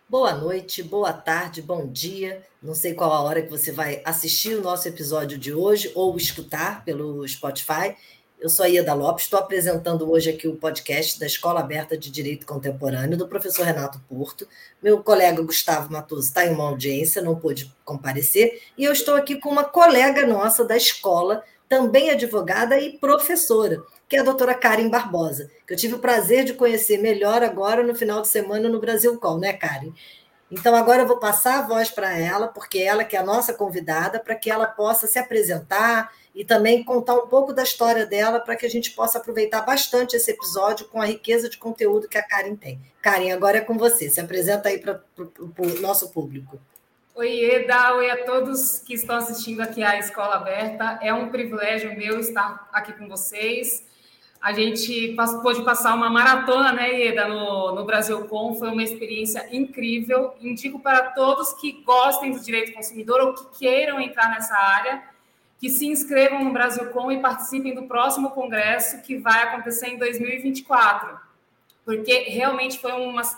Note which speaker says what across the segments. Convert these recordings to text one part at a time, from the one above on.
Speaker 1: Boa noite, boa tarde, bom dia. Não sei qual a hora que você vai assistir o nosso episódio de hoje ou escutar pelo Spotify. Eu sou a Ieda Lopes, estou apresentando hoje aqui o podcast da Escola Aberta de Direito Contemporâneo, do professor Renato Porto. Meu colega Gustavo Matoso está em uma audiência, não pôde comparecer, e eu estou aqui com uma colega nossa da escola, também advogada e professora, que é a doutora Karen Barbosa, que eu tive o prazer de conhecer melhor agora no final de semana no Brasil Com, né, Karen? Então, agora eu vou passar a voz para ela, porque ela que é a nossa convidada, para que ela possa se apresentar e também contar um pouco da história dela, para que a gente possa aproveitar bastante esse episódio com a riqueza de conteúdo que a Karen tem. Karen, agora é com você. Se apresenta aí para o nosso público.
Speaker 2: Oi, Eda, oi a todos que estão assistindo aqui à Escola Aberta. É um privilégio meu estar aqui com vocês. A gente pôde passar uma maratona, né, Eda, no Brasil Com. Foi uma experiência incrível. Indico para todos que gostem do direito do consumidor ou que queiram entrar nessa área, que se inscrevam no Brasil Com e participem do próximo congresso que vai acontecer em 2024. Porque realmente foi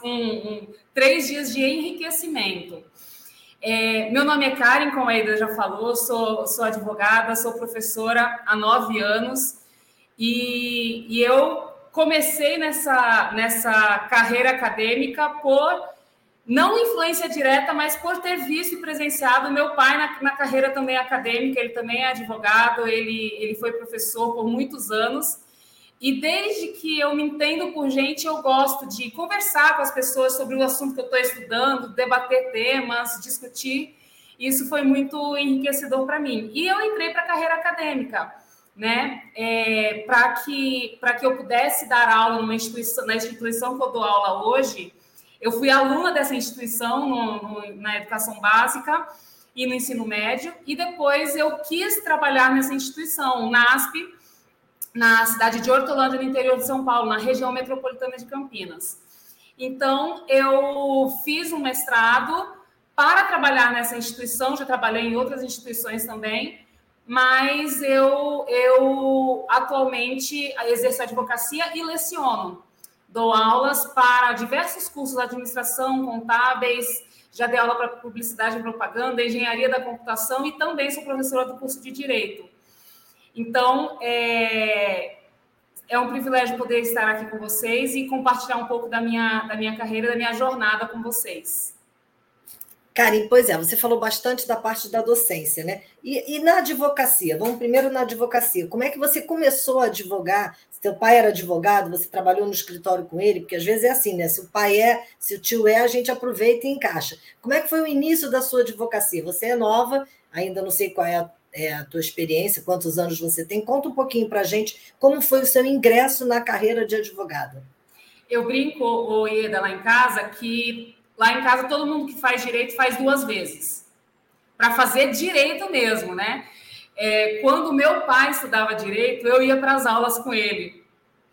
Speaker 2: 3 dias de enriquecimento. Meu nome é Karen, como a Eda já falou, sou advogada, sou professora há 9 anos e eu comecei nessa carreira acadêmica por não influência direta, mas por ter visto e presenciado meu pai na carreira também acadêmica. Ele também é advogado, ele foi professor por muitos anos. E desde que eu me entendo por gente, eu gosto de conversar com as pessoas sobre o assunto que eu estou estudando, debater temas, discutir. Isso foi muito enriquecedor para mim. E eu entrei para a carreira acadêmica, né? Para que eu pudesse dar aula na instituição que eu dou aula hoje. Eu fui aluna dessa instituição na educação básica e no ensino médio, e depois eu quis trabalhar nessa instituição, o NASP, na cidade de Hortolândia, no interior de São Paulo, na região metropolitana de Campinas. Então, eu fiz um mestrado para trabalhar nessa instituição, já trabalhei em outras instituições também, mas eu atualmente exerço advocacia e leciono. Dou aulas para diversos cursos de administração, contábeis, já dei aula para publicidade e propaganda, engenharia da computação e também sou professora do curso de Direito. Então, é um privilégio poder estar aqui com vocês e compartilhar um pouco da minha carreira, da minha jornada com vocês.
Speaker 1: Karen, pois é, você falou bastante da parte da docência, né? E na advocacia, vamos primeiro na advocacia. Como é que você começou a advogar? Se teu pai era advogado, você trabalhou no escritório com ele? Porque às vezes é assim, né? Se o pai é, se o tio é, a gente aproveita e encaixa. Como é que foi o início da sua advocacia? Você é nova, ainda não sei qual é a tua experiência, quantos anos você tem. Conta um pouquinho para a gente como foi o seu ingresso na carreira de advogada.
Speaker 2: Eu brinco, Ieda, lá em casa, que lá em casa todo mundo que faz direito faz 2 vezes. Para fazer direito mesmo, né? Quando meu pai estudava direito, eu ia para as aulas com ele.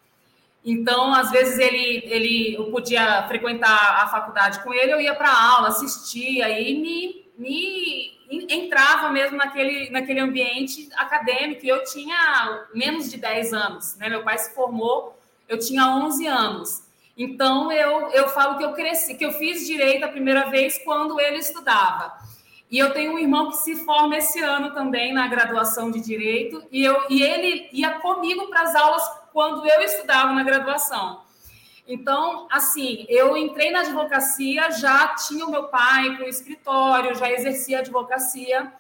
Speaker 2: Então, às vezes, eu podia frequentar a faculdade com ele, eu ia para a aula, assistia e me entrava mesmo naquele ambiente acadêmico. E eu tinha menos de 10 anos, né? Meu pai se formou, eu tinha 11 anos. Então, eu falo que eu cresci, que eu fiz direito a primeira vez quando ele estudava. E eu tenho um irmão que se forma esse ano também na graduação de Direito, e ele ia comigo para as aulas quando eu estudava na graduação. Então, assim, eu entrei na advocacia, já tinha o meu pai com o escritório, já exercia advocacia,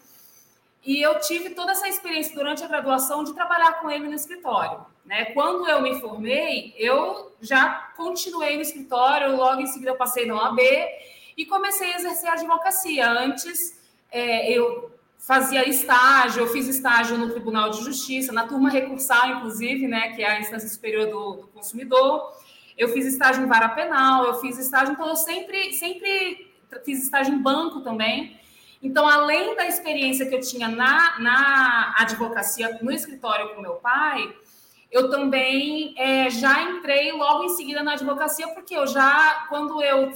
Speaker 2: e eu tive toda essa experiência durante a graduação de trabalhar com ele no escritório, né? Quando eu me formei, eu já continuei no escritório, logo em seguida eu passei na OAB e comecei a exercer a advocacia. Antes, eu fazia estágio, eu fiz estágio no Tribunal de Justiça, na turma recursal, inclusive, né, que é a instância superior do consumidor. Eu fiz estágio em vara penal, eu fiz estágio, então eu sempre fiz estágio em banco também. Então, além da experiência que eu tinha na advocacia, no escritório com meu pai, eu também já entrei logo em seguida na advocacia, porque quando eu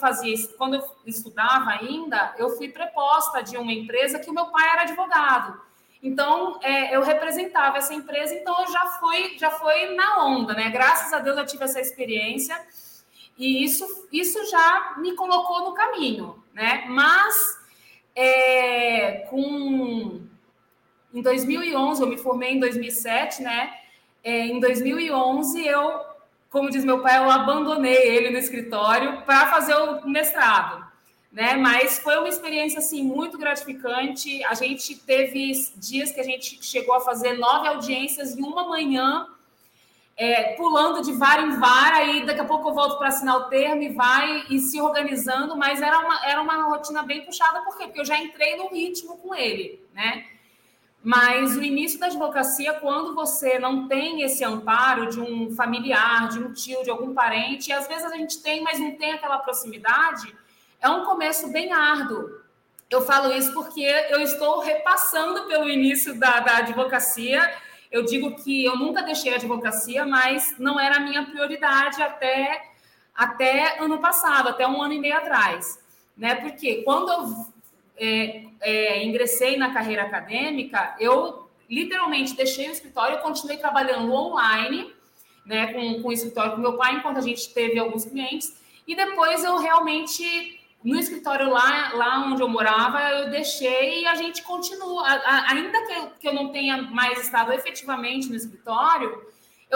Speaker 2: estudava ainda, eu fui preposta de uma empresa que o meu pai era advogado. Então, eu representava essa empresa, então eu já fui na onda, né? Graças a Deus eu tive essa experiência. E isso já me colocou no caminho, né? Mas em 2011, eu me formei em 2007, né? Em 2011, como diz meu pai, eu abandonei ele no escritório para fazer o mestrado, né? Mas foi uma experiência, assim, muito gratificante. A gente teve dias que a gente chegou a fazer 9 audiências em uma manhã, pulando de vara em vara, aí daqui a pouco eu volto para assinar o termo e vai e se organizando, mas era uma rotina bem puxada, por quê? Porque eu já entrei no ritmo com ele, né? Mas o início da advocacia, quando você não tem esse amparo de um familiar, de um tio, de algum parente, e às vezes a gente tem, mas não tem aquela proximidade, é um começo bem árduo. Eu falo isso porque eu estou repassando pelo início da advocacia. Eu digo que eu nunca deixei a advocacia, mas não era a minha prioridade até ano passado, até 1 ano e meio atrás, né? Porque quando eu ingressei na carreira acadêmica, eu literalmente deixei o escritório e continuei trabalhando online, né, com o escritório com meu pai, enquanto a gente teve alguns clientes, e depois eu realmente, no escritório lá onde eu morava, eu deixei e a gente continua, ainda que eu não tenha mais estado efetivamente no escritório,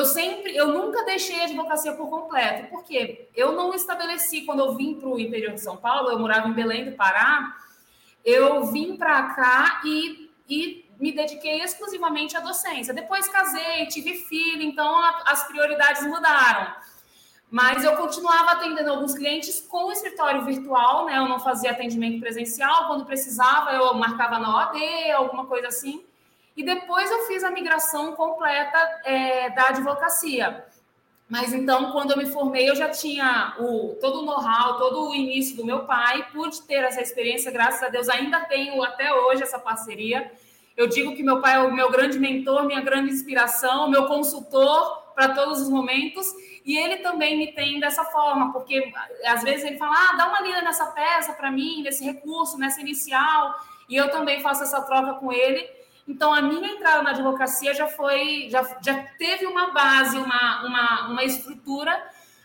Speaker 2: eu nunca deixei a advocacia por completo, porque eu não estabeleci, quando eu vim para o interior de São Paulo, eu morava em Belém do Pará, eu vim para cá e me dediquei exclusivamente à docência. Depois casei, tive filho, então as prioridades mudaram. Mas eu continuava atendendo alguns clientes com o escritório virtual, né? Eu não fazia atendimento presencial. Quando precisava, eu marcava na OAB, alguma coisa assim. E depois eu fiz a migração completa da advocacia. Mas então, quando eu me formei, eu já tinha todo o know-how, todo o início do meu pai, pude ter essa experiência, graças a Deus, ainda tenho até hoje essa parceria. Eu digo que meu pai é o meu grande mentor, minha grande inspiração, meu consultor para todos os momentos, e ele também me tem dessa forma, porque às vezes ele fala, dá uma lida nessa peça para mim, nesse recurso, nessa inicial, e eu também faço essa troca com ele. Então, a minha entrada na advocacia já teve uma base, uma estrutura,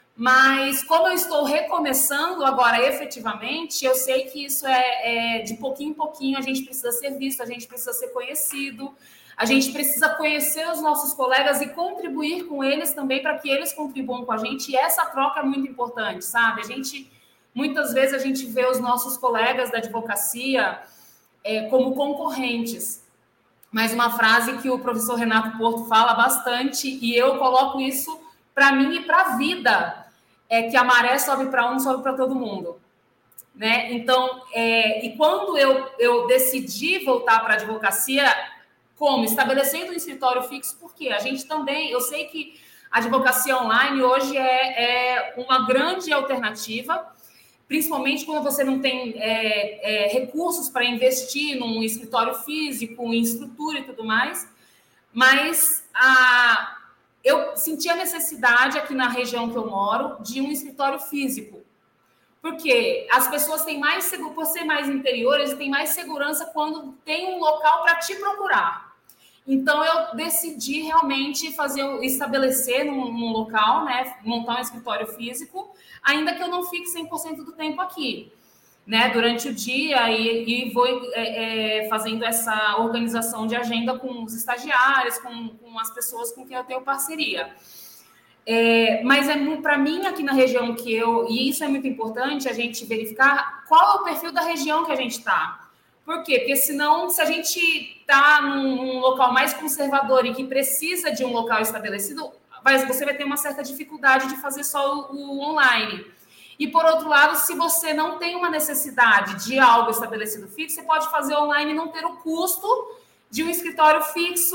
Speaker 2: mas como eu estou recomeçando agora efetivamente, eu sei que isso é de pouquinho em pouquinho, a gente precisa ser visto, a gente precisa ser conhecido, a gente precisa conhecer os nossos colegas e contribuir com eles também para que eles contribuam com a gente, e essa troca é muito importante, sabe? Muitas vezes a gente vê os nossos colegas da advocacia como concorrentes. Mas uma frase que o professor Renato Porto fala bastante, e eu coloco isso para mim e para a vida, é que a maré sobe para um, sobe para todo mundo. Né? Então, e quando eu decidi voltar para a advocacia, como? Estabelecendo um escritório fixo, porque a gente também, eu sei que a advocacia online hoje é uma grande alternativa, principalmente quando você não tem recursos para investir num escritório físico, em estrutura e tudo mais. Mas eu senti a necessidade aqui na região que eu moro de um escritório físico. Porque as pessoas têm mais segurança, por ser mais interior, eles têm mais segurança quando tem um local para te procurar. Então, eu decidi realmente estabelecer num local, né, montar um escritório físico, ainda que eu não fique 100% do tempo aqui, né, durante o dia, e vou fazendo essa organização de agenda com os estagiários, com as pessoas com quem eu tenho parceria. Mas para mim, aqui na região e isso é muito importante, a gente verificar qual é o perfil da região que a gente está. Por quê? Porque senão, se a gente está num local mais conservador e que precisa de um local estabelecido, você vai ter uma certa dificuldade de fazer só o online. E, por outro lado, se você não tem uma necessidade de algo estabelecido fixo, você pode fazer online e não ter o custo de um escritório fixo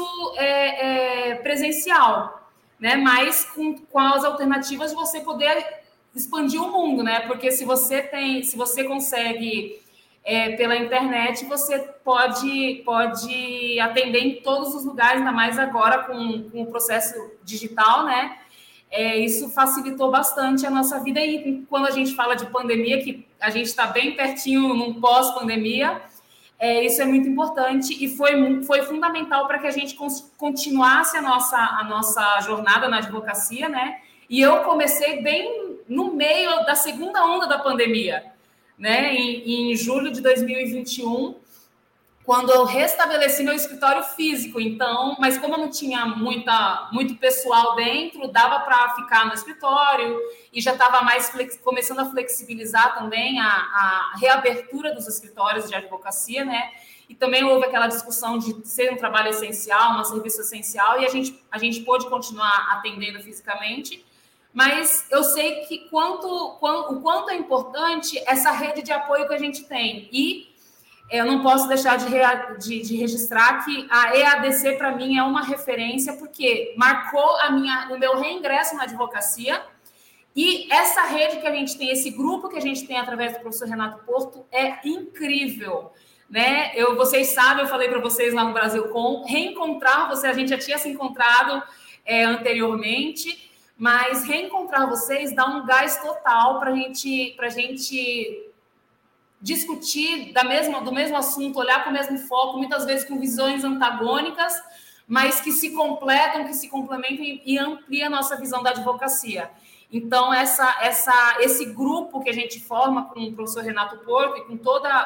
Speaker 2: presencial, né? Mas com as alternativas de você poder expandir o mundo, né? Porque se você consegue pela internet, você pode atender em todos os lugares, ainda mais agora com o processo digital, né? Isso facilitou bastante a nossa vida. E quando a gente fala de pandemia, que a gente está bem pertinho num pós-pandemia, isso é muito importante e foi fundamental para que a gente continuasse a nossa jornada na advocacia, né? E eu comecei bem no meio da segunda onda da pandemia, né? Em julho de 2021, quando eu restabeleci meu escritório físico. Então, mas como eu não tinha muito pessoal dentro, dava para ficar no escritório e já estava mais começando a flexibilizar também a reabertura dos escritórios de advocacia, né? E também houve aquela discussão de ser um trabalho essencial, um serviço essencial, e a gente pôde continuar atendendo fisicamente. Mas eu sei que o quanto é importante essa rede de apoio que a gente tem. E eu não posso deixar de registrar que a EADC, para mim, é uma referência, porque marcou o meu reingresso na advocacia. E essa rede que a gente tem, esse grupo que a gente tem através do professor Renato Porto, é incrível, né? Vocês sabem, eu falei para vocês lá no Brasil reencontrar você, a gente já tinha se encontrado anteriormente, mas reencontrar vocês dá um gás total para a gente discutir do mesmo assunto, olhar com o mesmo foco, muitas vezes com visões antagônicas, mas que se completam, que se complementam e ampliam a nossa visão da advocacia. Então, esse grupo que a gente forma com o professor Renato Porto e com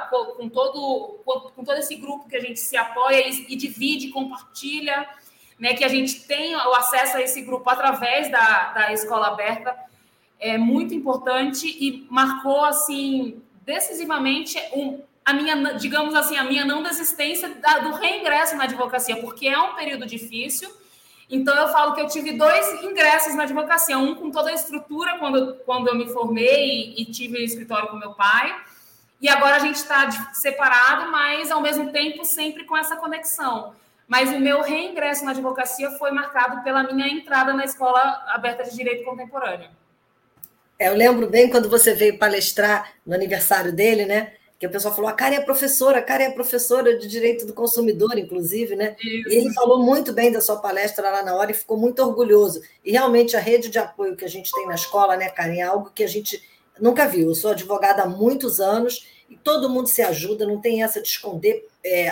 Speaker 2: todo esse grupo que a gente se apoia e divide, compartilha, né, que a gente tem o acesso a esse grupo através da Escola Aberta, é muito importante e marcou, assim, decisivamente a minha, digamos assim, a minha não desistência do reingresso na advocacia, porque é um período difícil. Então, eu falo que eu tive 2 ingressos na advocacia, um com toda a estrutura quando eu me formei e tive o escritório com meu pai, e agora a gente está separado, mas, ao mesmo tempo, sempre com essa conexão. Mas o meu reingresso na advocacia foi marcado pela minha entrada na Escola Aberta de Direito Contemporâneo.
Speaker 1: Eu lembro bem quando você veio palestrar no aniversário dele, né? Que o pessoal falou, a Karen é professora de Direito do Consumidor, inclusive, né? Isso. E ele falou muito bem da sua palestra lá na hora e ficou muito orgulhoso. E realmente a rede de apoio que a gente tem na escola, né, Karen, é algo que a gente nunca viu. Eu sou advogada há muitos anos e todo mundo se ajuda, não tem essa de esconder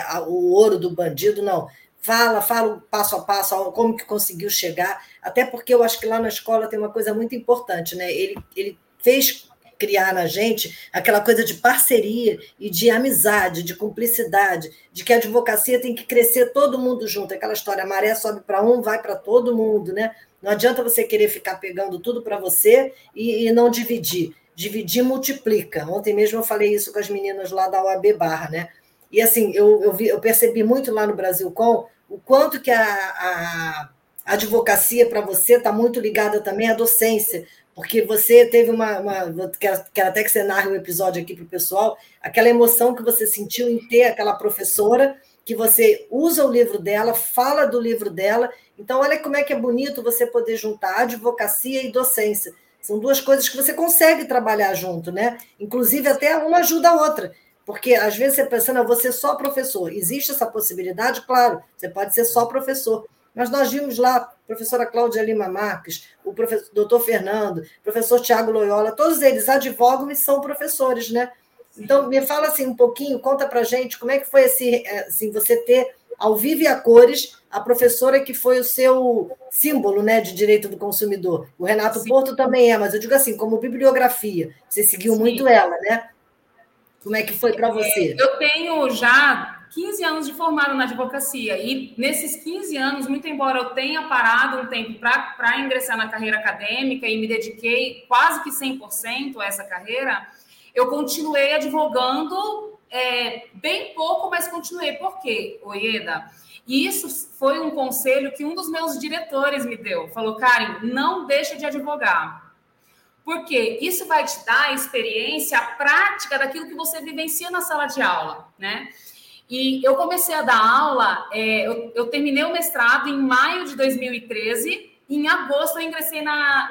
Speaker 1: o ouro do bandido, não. Fala o passo a passo, como que conseguiu chegar, até porque eu acho que lá na escola tem uma coisa muito importante, né? Ele fez criar na gente aquela coisa de parceria e de amizade, de cumplicidade, de que a advocacia tem que crescer todo mundo junto, aquela história, a maré sobe para um, vai para todo mundo, né? Não adianta você querer ficar pegando tudo para você e não dividir. Dividir multiplica. Ontem mesmo eu falei isso com as meninas lá da OAB Barra, né? E assim, eu percebi muito lá no Brasil o quanto que a advocacia para você está muito ligada também à docência, porque você teve quero até que você narre um episódio aqui para o pessoal, aquela emoção que você sentiu em ter aquela professora, que você usa o livro dela, fala do livro dela. Então, olha como é que é bonito você poder juntar advocacia e docência. São 2 coisas que você consegue trabalhar junto, né? Inclusive, até uma ajuda a outra. Porque, às vezes, você pensa, não, você só professor. Existe essa possibilidade? Claro, você pode ser só professor. Mas nós vimos lá a professora Cláudia Lima Marques, o doutor Fernando, o professor Tiago Loyola, todos eles advogam e são professores, né? Então, me fala assim um pouquinho, conta para a gente como é que foi assim, você ter, ao vivo e a cores, a professora que foi o seu símbolo, né, de direito do consumidor. O Renato Porto também mas eu digo assim, como bibliografia, você seguiu muito ela, né? Como é que foi para você?
Speaker 2: Eu tenho já 15 anos de formada na advocacia e nesses 15 anos, muito embora eu tenha parado um tempo para ingressar na carreira acadêmica e me dediquei quase que 100% a essa carreira, eu continuei advogando bem pouco, mas continuei. Por quê, Ieda? E isso foi um conselho que um dos meus diretores me deu. Falou, Karen, não deixa de advogar. Porque isso vai te dar a experiência, a prática daquilo que você vivencia na sala de aula, né? E eu comecei a dar aula, eu terminei o mestrado em maio de 2013, e em agosto eu ingressei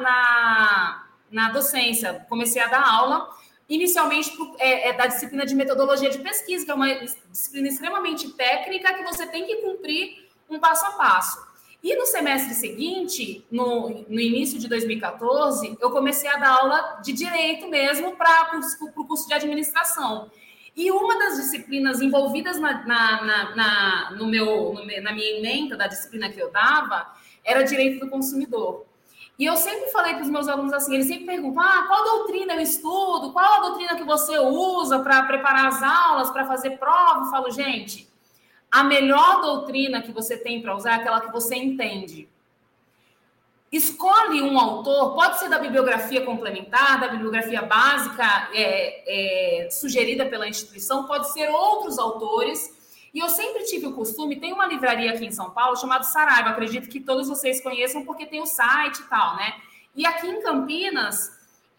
Speaker 2: na docência, comecei a dar aula, inicialmente da disciplina de metodologia de pesquisa, que é uma disciplina extremamente técnica que você tem que cumprir um passo a passo. E no semestre seguinte, no início de 2014, eu comecei a dar aula de direito mesmo para o curso de administração. E uma das disciplinas envolvidas na minha ementa da disciplina que eu dava era direito do consumidor. E eu sempre falei para os meus alunos assim, eles sempre perguntam, qual doutrina eu estudo? Qual a doutrina que você usa para preparar as aulas, para fazer prova? Eu falo, gente, a melhor doutrina que você tem para usar é aquela que você entende. Escolhe um autor, pode ser da bibliografia complementar, da bibliografia básica sugerida pela instituição, pode ser outros autores. E eu sempre tive o costume, tem uma livraria aqui em São Paulo chamada Saraiva, acredito que todos vocês conheçam porque tem o site e tal, né? E aqui em Campinas,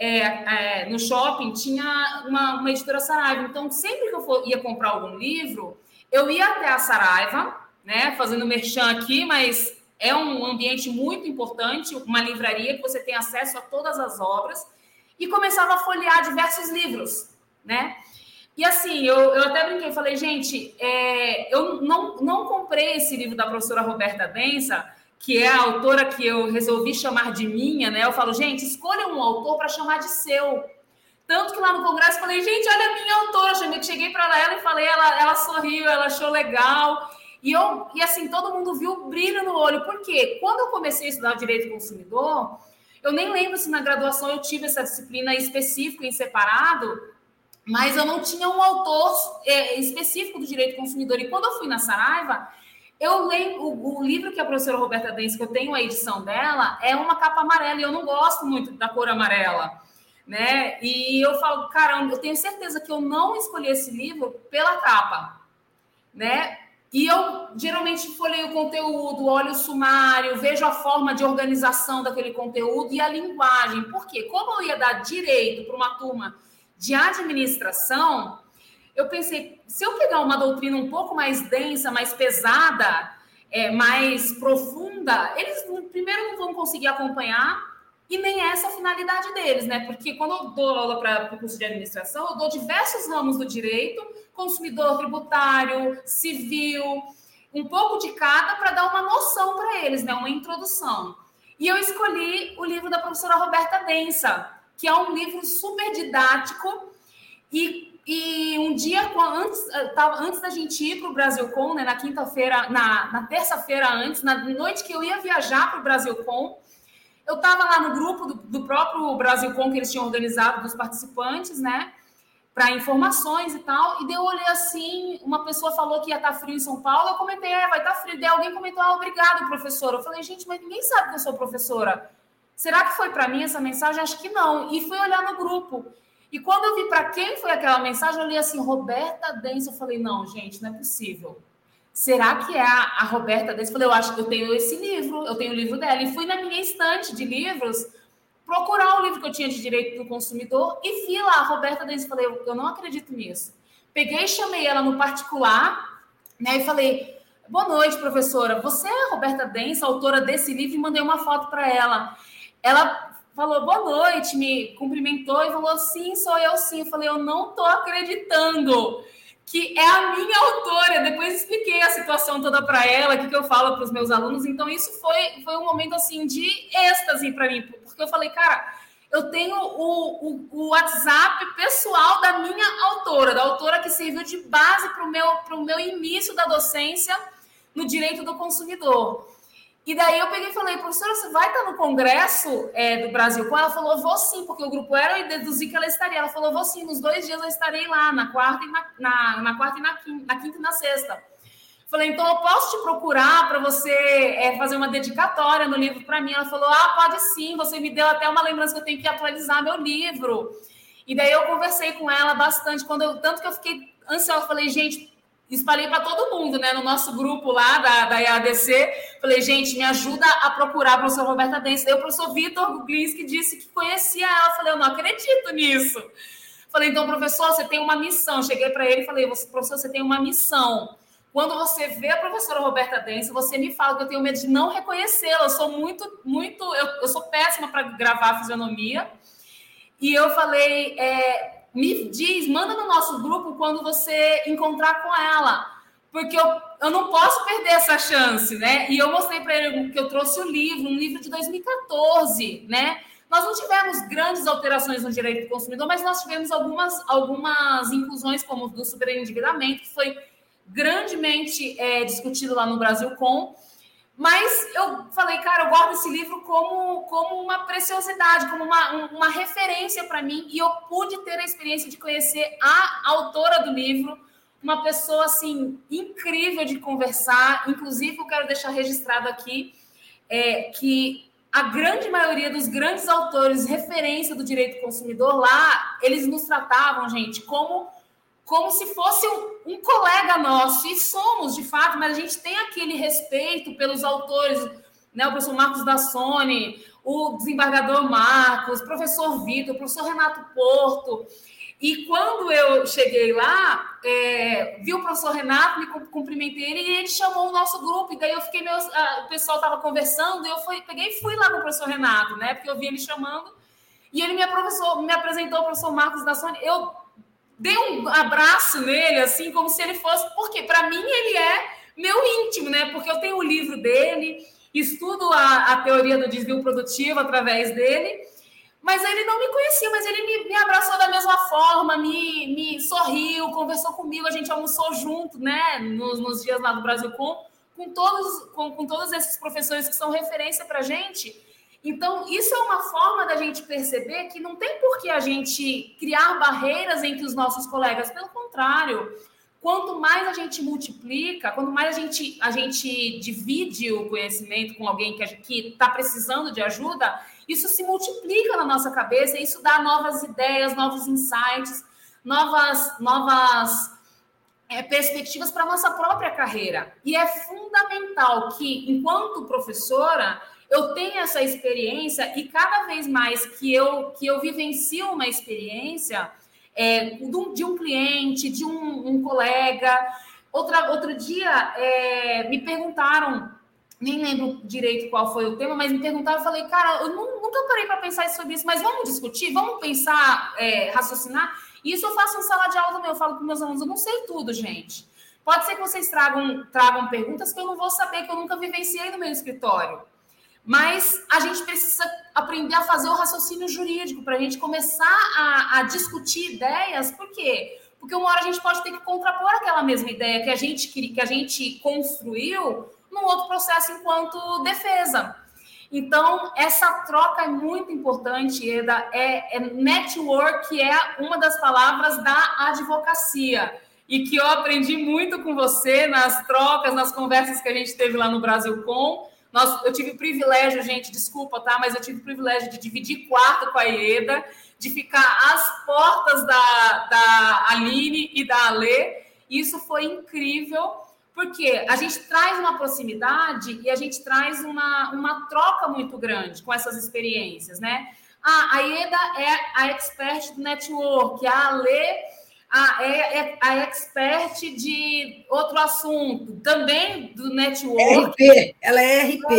Speaker 2: no shopping, tinha uma editora Saraiva. Então, sempre que eu ia comprar algum livro, eu ia até a Saraiva, né? Fazendo merchan aqui, mas é um ambiente muito importante, uma livraria que você tem acesso a todas as obras, e começava a folhear diversos livros, né? E assim, eu até brinquei, falei, gente, eu não comprei esse livro da professora Roberta Densa, que é a autora que eu resolvi chamar de minha, né? Eu falo, gente, escolha um autor para chamar de seu. Tanto que lá no congresso eu falei, gente, olha a minha autora. Cheguei para ela e falei, ela sorriu, ela achou legal. E assim, todo mundo viu o brilho no olho. Por quê? Quando eu comecei a estudar Direito do Consumidor, eu nem lembro se na graduação eu tive essa disciplina específica em separado, mas eu não tinha um autor específico do Direito do Consumidor. E quando eu fui na Saraiva, eu lembro, o livro que a professora Roberta Densa, que eu tenho a edição dela, é uma capa amarela, e eu não gosto muito da cor amarela, né? E eu falo, caramba, eu tenho certeza que eu não escolhi esse livro pela capa, né? E eu geralmente folheio o conteúdo, olho o sumário, vejo a forma de organização daquele conteúdo e a linguagem. Por quê? Como eu ia dar direito para uma turma de administração, eu pensei, se eu pegar uma doutrina um pouco mais densa, mais pesada, mais profunda, eles primeiro não vão conseguir acompanhar e nem essa é a finalidade deles, né? Porque quando eu dou aula para o curso de administração, eu dou diversos ramos do direito, consumidor, tributário, civil, um pouco de cada para dar uma noção para eles, né? Uma introdução. E eu escolhi o livro da professora Roberta Densa, que é um livro super didático e um dia antes da gente ir para o BrasilCon, né, na quinta-feira, na terça-feira antes, na noite que eu ia viajar para o BrasilCon, eu estava lá no grupo do próprio BrasilCon que eles tinham organizado dos participantes, né, para informações e tal, e daí eu olhei assim, uma pessoa falou que ia estar frio em São Paulo, eu comentei, vai estar frio, daí alguém comentou, obrigado, professora. Eu falei, gente, mas ninguém sabe que eu sou professora. Será que foi para mim essa mensagem? Acho que não. E fui olhar no grupo. E quando eu vi para quem foi aquela mensagem, eu li assim, Roberta Densa. Eu falei, não, gente, não é possível. Será que é a Roberta Densa? Eu falei, eu acho que eu tenho esse livro, eu tenho o livro dela. E fui na minha estante de livros procurar o livro que eu tinha de Direito do Consumidor e vi lá a Roberta Densa. Falei, eu não acredito nisso. Peguei e chamei ela no particular, né, e falei, boa noite, professora. Você é a Roberta Densa, autora desse livro? E mandei uma foto para ela. Ela falou, boa noite, me cumprimentou e falou, sim, sou eu sim. Eu falei, eu não estou acreditando que é a minha autora. Depois expliquei a situação toda para ela, o que eu falo para os meus alunos. Então, isso foi um momento, assim, de êxtase para mim, porque eu falei, cara, eu tenho o WhatsApp pessoal da minha autora, da autora que serviu de base para o meu início da docência no direito do consumidor. E daí eu peguei e falei, professora, você vai estar no congresso do Brasil? Ela falou, vou sim, porque o grupo era, e deduzi que ela estaria. Ela falou, vou sim, nos 2 dias eu estarei lá, na quarta e na quinta e na sexta. Falei, então eu posso te procurar para você fazer uma dedicatória no livro para mim? Ela falou, pode sim, você me deu até uma lembrança que eu tenho que atualizar meu livro. E daí eu conversei com ela bastante, tanto que eu fiquei ansiosa, falei, gente, espalhei para todo mundo, né, no nosso grupo lá da EADC, falei, gente, me ajuda a procurar a professora Roberta Densa. Daí o professor Vitor Guglinski disse que conhecia ela, falei, eu não acredito nisso. Falei, então, professor, você tem uma missão. Cheguei para ele e falei, professor, você tem uma missão. Quando você vê a professora Roberta Densa, você me fala, que eu tenho medo de não reconhecê-la, eu sou eu sou péssima para gravar a fisionomia. E eu falei, me diz, manda no nosso grupo quando você encontrar com ela, porque eu não posso perder essa chance, né? E eu mostrei para ele que eu trouxe um livro de 2014, né? Nós não tivemos grandes alterações no direito do consumidor, mas nós tivemos algumas inclusões, como o do superendividamento, que foi grandemente discutido lá no BrasilCon. Mas eu falei, cara, eu guardo esse livro como uma preciosidade, como uma referência para mim, e eu pude ter a experiência de conhecer a autora do livro, uma pessoa, assim, incrível de conversar. Inclusive, eu quero deixar registrado aqui que a grande maioria dos grandes autores, referência do direito do consumidor lá, eles nos tratavam, gente, como se fosse um colega nosso, e somos, de fato, mas a gente tem aquele respeito pelos autores, né? O professor Marcos Dassone, o desembargador Marcos, o professor Vitor, o professor Renato Porto. E quando eu cheguei lá, vi o professor Renato, me cumprimentei ele, e ele chamou o nosso grupo, e daí eu fiquei, o pessoal estava conversando, e eu peguei e fui lá com o professor Renato, né? Porque eu vi ele chamando, e ele me apresentou o professor Marcos Dassone. Eu dei um abraço nele, assim, como se ele fosse... Porque, para mim, ele é meu íntimo, né? Porque eu tenho o livro dele, estudo a teoria do desvio produtivo através dele, mas ele não me conhecia, mas ele me abraçou da mesma forma, me sorriu, conversou comigo, a gente almoçou junto, né? Nos dias lá do Brasil com todos esses professores que são referência para a gente. Então, isso é uma forma da gente perceber que não tem por que a gente criar barreiras entre os nossos colegas. Pelo contrário, quanto mais a gente multiplica, quanto mais a gente divide o conhecimento com alguém que está precisando de ajuda, isso se multiplica na nossa cabeça, e isso dá novas ideias, novos insights, novas perspectivas para a nossa própria carreira. E é fundamental que, enquanto professora, eu tenho essa experiência, e cada vez mais que eu vivencio uma experiência de um cliente, de um colega. Outro dia, me perguntaram, nem lembro direito qual foi o tema, mas me perguntaram, eu falei, cara, eu nunca parei para pensar sobre isso, mas vamos discutir, vamos pensar, raciocinar. E isso eu faço em sala de aula também, eu falo para meus alunos, eu não sei tudo, gente. Pode ser que vocês tragam perguntas que eu não vou saber, que eu nunca vivenciei no meu escritório. Mas a gente precisa aprender a fazer o raciocínio jurídico para a gente começar a discutir ideias. Por quê? Porque uma hora a gente pode ter que contrapor aquela mesma ideia que a gente construiu num outro processo enquanto defesa. Então, essa troca é muito importante, Eda. Network, que é uma das palavras da advocacia, e que eu aprendi muito com você nas trocas, nas conversas que a gente teve lá no Brasilcom. Eu tive o privilégio, gente, desculpa, tá? Mas eu tive o privilégio de dividir quarto com a Ieda, de ficar às portas da Aline e da Alê. Isso foi incrível, porque a gente traz uma proximidade e a gente traz uma troca muito grande com essas experiências, né? A Ieda é a expert do network, a Alê a expert de outro assunto, também do network.
Speaker 1: RP, ela é RP.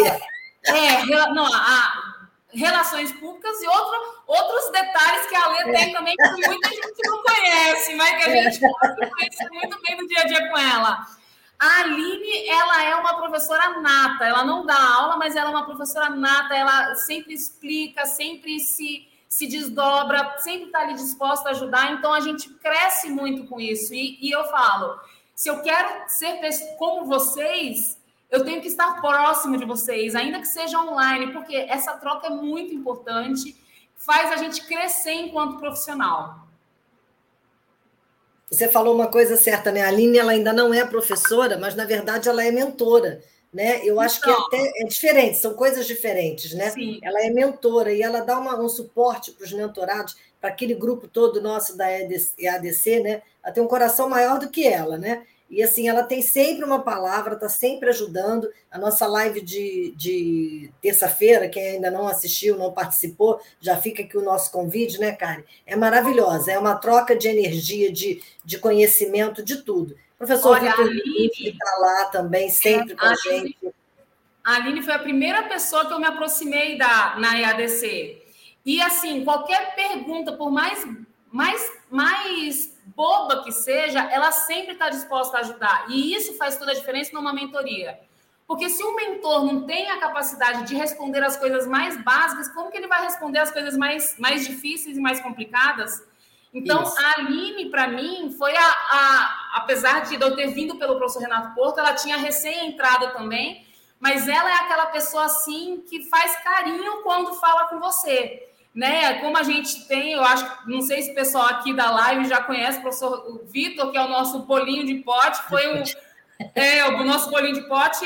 Speaker 2: Relações públicas e outros detalhes que a Lê tem também, que muita gente não conhece, mas que a gente conhece muito bem no dia a dia com ela. A Aline, ela é uma professora nata, ela não dá aula, mas ela é uma professora nata, ela sempre explica, sempre se desdobra, sempre está ali disposta a ajudar, então a gente cresce muito com isso. E eu falo, se eu quero ser como vocês, eu tenho que estar próximo de vocês, ainda que seja online, porque essa troca é muito importante, faz a gente crescer enquanto profissional.
Speaker 1: Você falou uma coisa certa, né? A Aline, ela ainda não é professora, mas, na verdade, ela é mentora, né? Eu acho que até é diferente, são coisas diferentes, né?
Speaker 2: Sim.
Speaker 1: Ela é mentora e ela dá um suporte para os mentorados, para aquele grupo todo nosso da EADC, né? Ela tem um coração maior do que ela, né? E, assim, ela tem sempre uma palavra, está sempre ajudando. A nossa live de terça-feira, quem ainda não assistiu, não participou, já fica aqui o nosso convite, né, Karen? É maravilhosa, é uma troca de energia, de conhecimento, de tudo. Professor Vitor está lá também, sempre com a gente.
Speaker 2: A Aline foi a primeira pessoa que eu me aproximei na EADC. E, assim, qualquer pergunta, por mais boba que seja, ela sempre está disposta a ajudar. E isso faz toda a diferença numa mentoria. Porque se o mentor não tem a capacidade de responder as coisas mais básicas, como que ele vai responder as coisas mais difíceis e mais complicadas? Então, isso. A Aline, para mim, foi apesar de eu ter vindo pelo professor Renato Porto, ela tinha recém-entrado também, mas ela é aquela pessoa assim que faz carinho quando fala com você, né? Como a gente tem, eu acho, não sei se o pessoal aqui da live já conhece o professor Vitor, que é o nosso bolinho de pote, foi o nosso bolinho de pote.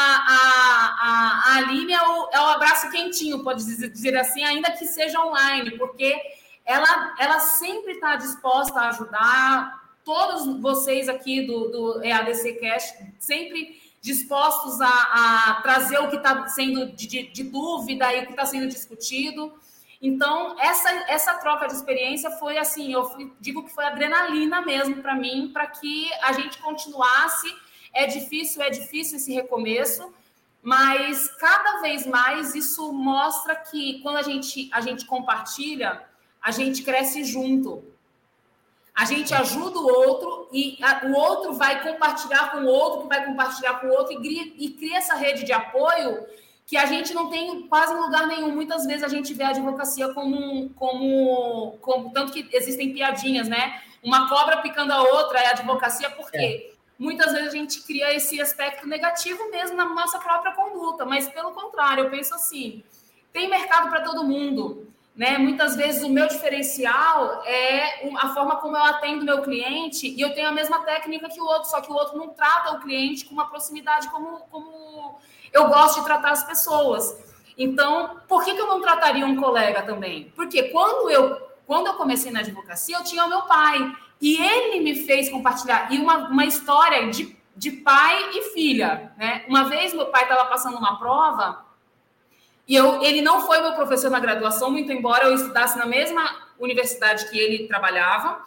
Speaker 2: A Aline é o abraço quentinho, pode dizer assim, ainda que seja online, porque ela sempre está disposta a ajudar todos vocês aqui do EADC Cast, sempre dispostos a trazer o que está sendo de dúvida e o que está sendo discutido. Então, essa troca de experiência foi assim, digo que foi adrenalina mesmo para mim, para que a gente continuasse. É difícil esse recomeço, mas cada vez mais isso mostra que quando a gente compartilha, a gente cresce junto. A gente ajuda o outro e o outro vai compartilhar com o outro, que vai compartilhar com o outro e cria essa rede de apoio que a gente não tem quase em lugar nenhum. Muitas vezes a gente vê a advocacia como tanto que existem piadinhas, né? Uma cobra picando a outra é a advocacia, por quê? Muitas vezes a gente cria esse aspecto negativo mesmo na nossa própria conduta, mas pelo contrário, eu penso assim, tem mercado para todo mundo, né? Muitas vezes o meu diferencial é a forma como eu atendo o meu cliente e eu tenho a mesma técnica que o outro, só que o outro não trata o cliente com uma proximidade como eu gosto de tratar as pessoas. Então, por que eu não trataria um colega também? Porque quando eu comecei na advocacia, eu tinha o meu pai e ele me fez compartilhar. E uma história de pai e filha, né? Uma vez meu pai estava passando uma prova e ele não foi meu professor na graduação, muito embora eu estudasse na mesma universidade que ele trabalhava.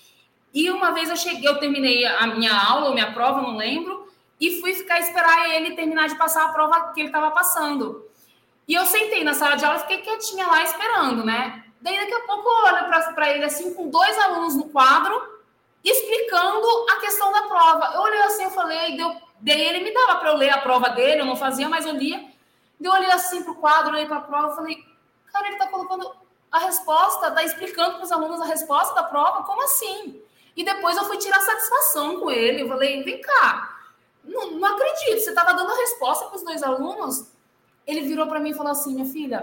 Speaker 2: E uma vez eu terminei a minha aula, ou minha prova, não lembro, e fui esperar ele terminar de passar a prova que ele estava passando. E eu sentei na sala de aula e fiquei quietinha lá esperando, né? Daí, daqui a pouco, eu olho para ele, assim, com 2 alunos no quadro, explicando a questão da prova. Eu olhei assim, eu falei, daí ele me dava para eu ler a prova dele, eu não fazia, mas eu lia. Eu olhei assim para o quadro, olhei para a prova, eu falei, cara, ele está colocando a resposta, está explicando para os alunos a resposta da prova, como assim? E depois eu fui tirar satisfação com ele, eu falei, vem cá, não acredito, você estava dando a resposta para os 2 alunos? Ele virou para mim e falou assim, minha filha,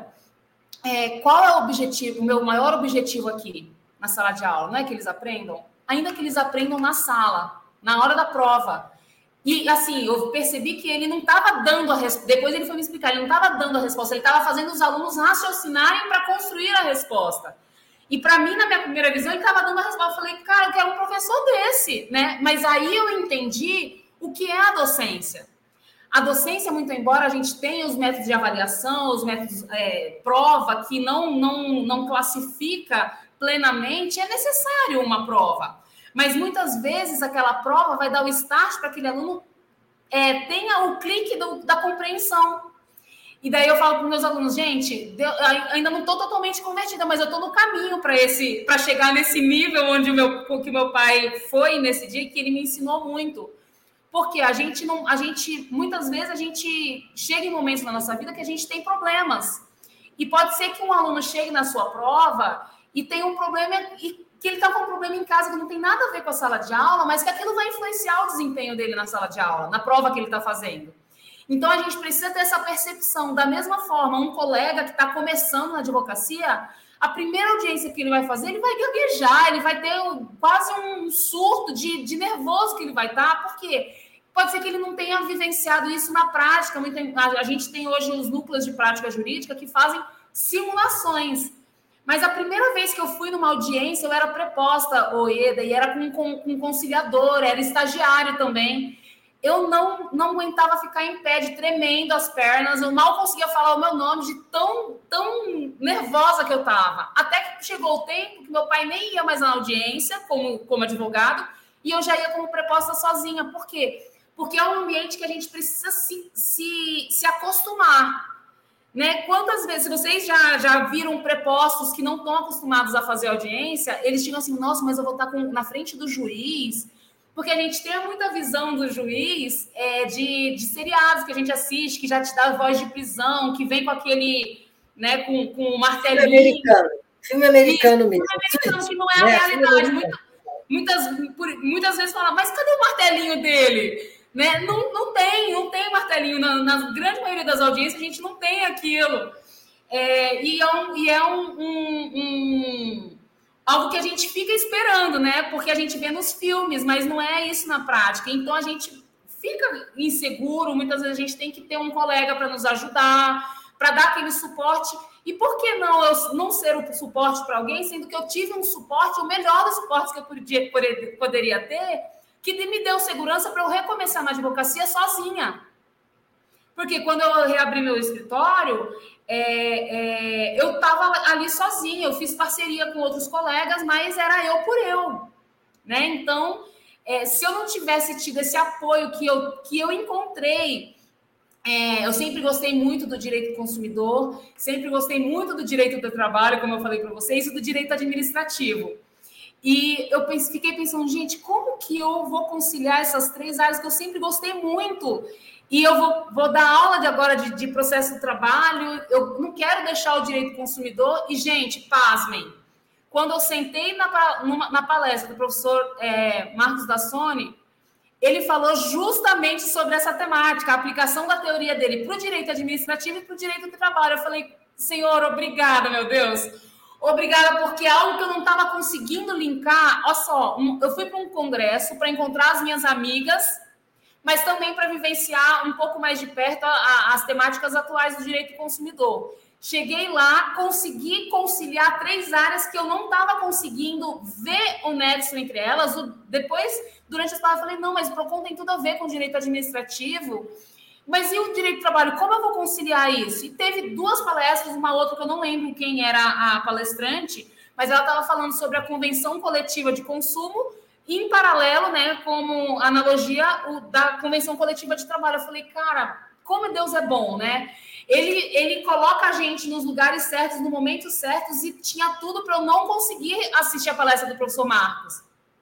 Speaker 2: qual é o objetivo, o meu maior objetivo aqui na sala de aula? Não é que eles aprendam? Ainda que eles aprendam na sala, na hora da prova. E, assim, eu percebi que ele não estava dando a resposta. Depois ele foi me explicar, ele não estava dando a resposta, ele estava fazendo os alunos raciocinarem para construir a resposta. E, para mim, na minha primeira visão, ele estava dando a resposta. Eu falei, cara, eu quero um professor desse, né? Mas aí eu entendi o que é a docência. A docência, muito embora a gente tenha os métodos de avaliação, os métodos prova, que não classifica plenamente, é necessário uma prova. Mas muitas vezes aquela prova vai dar o start para aquele aluno tenha o clique da compreensão. E daí eu falo para os meus alunos, gente, ainda não estou totalmente convertida, mas eu estou no caminho para chegar nesse nível onde que meu pai foi nesse dia, que ele me ensinou muito. Porque muitas vezes a gente chega em momentos na nossa vida que a gente tem problemas. E pode ser que um aluno chegue na sua prova e tenha um problema, e que ele está com um problema em casa que não tem nada a ver com a sala de aula, mas que aquilo vai influenciar o desempenho dele na sala de aula, na prova que ele está fazendo. Então, a gente precisa ter essa percepção. Da mesma forma, um colega que está começando na advocacia, a primeira audiência que ele vai fazer, ele vai gaguejar, ele vai ter quase um surto de nervoso que ele vai estar, porque pode ser que ele não tenha vivenciado isso na prática. A gente tem hoje os núcleos de prática jurídica que fazem simulações. Mas a primeira vez que eu fui numa audiência, eu era preposta, Ieda, e era com um conciliador, era estagiário também. Eu não aguentava ficar em pé, de tremendo as pernas, eu mal conseguia falar o meu nome, de tão nervosa que eu estava. Até que chegou o tempo que meu pai nem ia mais na audiência, como advogado, e eu já ia como preposta sozinha. Por quê? Porque é um ambiente que a gente precisa se acostumar. Né? Quantas vezes vocês já viram prepostos que não estão acostumados a fazer audiência, eles chegam assim, nossa, mas eu vou estar na frente do juiz, porque a gente tem muita visão do juiz de seriados que a gente assiste, que já te dá voz de prisão, que vem com aquele, né, com o martelinho.
Speaker 1: Filme americano mesmo.
Speaker 2: Filme americano, que não é a realidade. Muitas vezes fala, mas cadê o martelinho dele? né? Não tem martelinho. Na grande maioria das audiências, a gente não tem aquilo. Algo que a gente fica esperando, né? Porque a gente vê nos filmes, mas não é isso na prática. Então, a gente fica inseguro. Muitas vezes a gente tem que ter um colega para nos ajudar, para dar aquele suporte. E por que não eu não ser o suporte para alguém, sendo que eu tive um suporte, o melhor dos suportes que eu poderia ter, que me deu segurança para eu recomeçar na advocacia sozinha. Porque quando eu reabri meu escritório, eu estava ali sozinha, eu fiz parceria com outros colegas, mas era eu por eu, né? Então, se eu não tivesse tido esse apoio que eu encontrei, eu sempre gostei muito do direito do consumidor, sempre gostei muito do direito do trabalho, como eu falei para vocês, e do direito administrativo. E eu fiquei pensando, gente, como que eu vou conciliar essas 3 áreas que eu sempre gostei muito? E eu vou dar aula agora de processo do trabalho, eu não quero deixar o direito do consumidor. E, gente, pasmem, quando eu sentei na palestra do professor Marcos Dassoni, ele falou justamente sobre essa temática, a aplicação da teoria dele para o direito administrativo e para o direito do trabalho. Eu falei, Senhor, obrigada, meu Deus. Obrigada, porque é algo que eu não estava conseguindo linkar. Olha só, eu fui para um congresso para encontrar as minhas amigas, mas também para vivenciar um pouco mais de perto as temáticas atuais do direito do consumidor. Cheguei lá, consegui conciliar 3 áreas que eu não estava conseguindo ver o nexo entre elas. Depois, durante as palestras, eu falei, não, mas o PROCON tem tudo a ver com o direito administrativo. Mas e o direito do trabalho? Como eu vou conciliar isso? E teve 2 palestras, uma outra que eu não lembro quem era a palestrante, mas ela estava falando sobre a convenção coletiva de consumo e, em paralelo, né, como analogia da convenção coletiva de trabalho. Eu falei, cara, como Deus é bom, né? Ele coloca a gente nos lugares certos, no momento certos, e tinha tudo para eu não conseguir assistir a palestra do professor Marcos.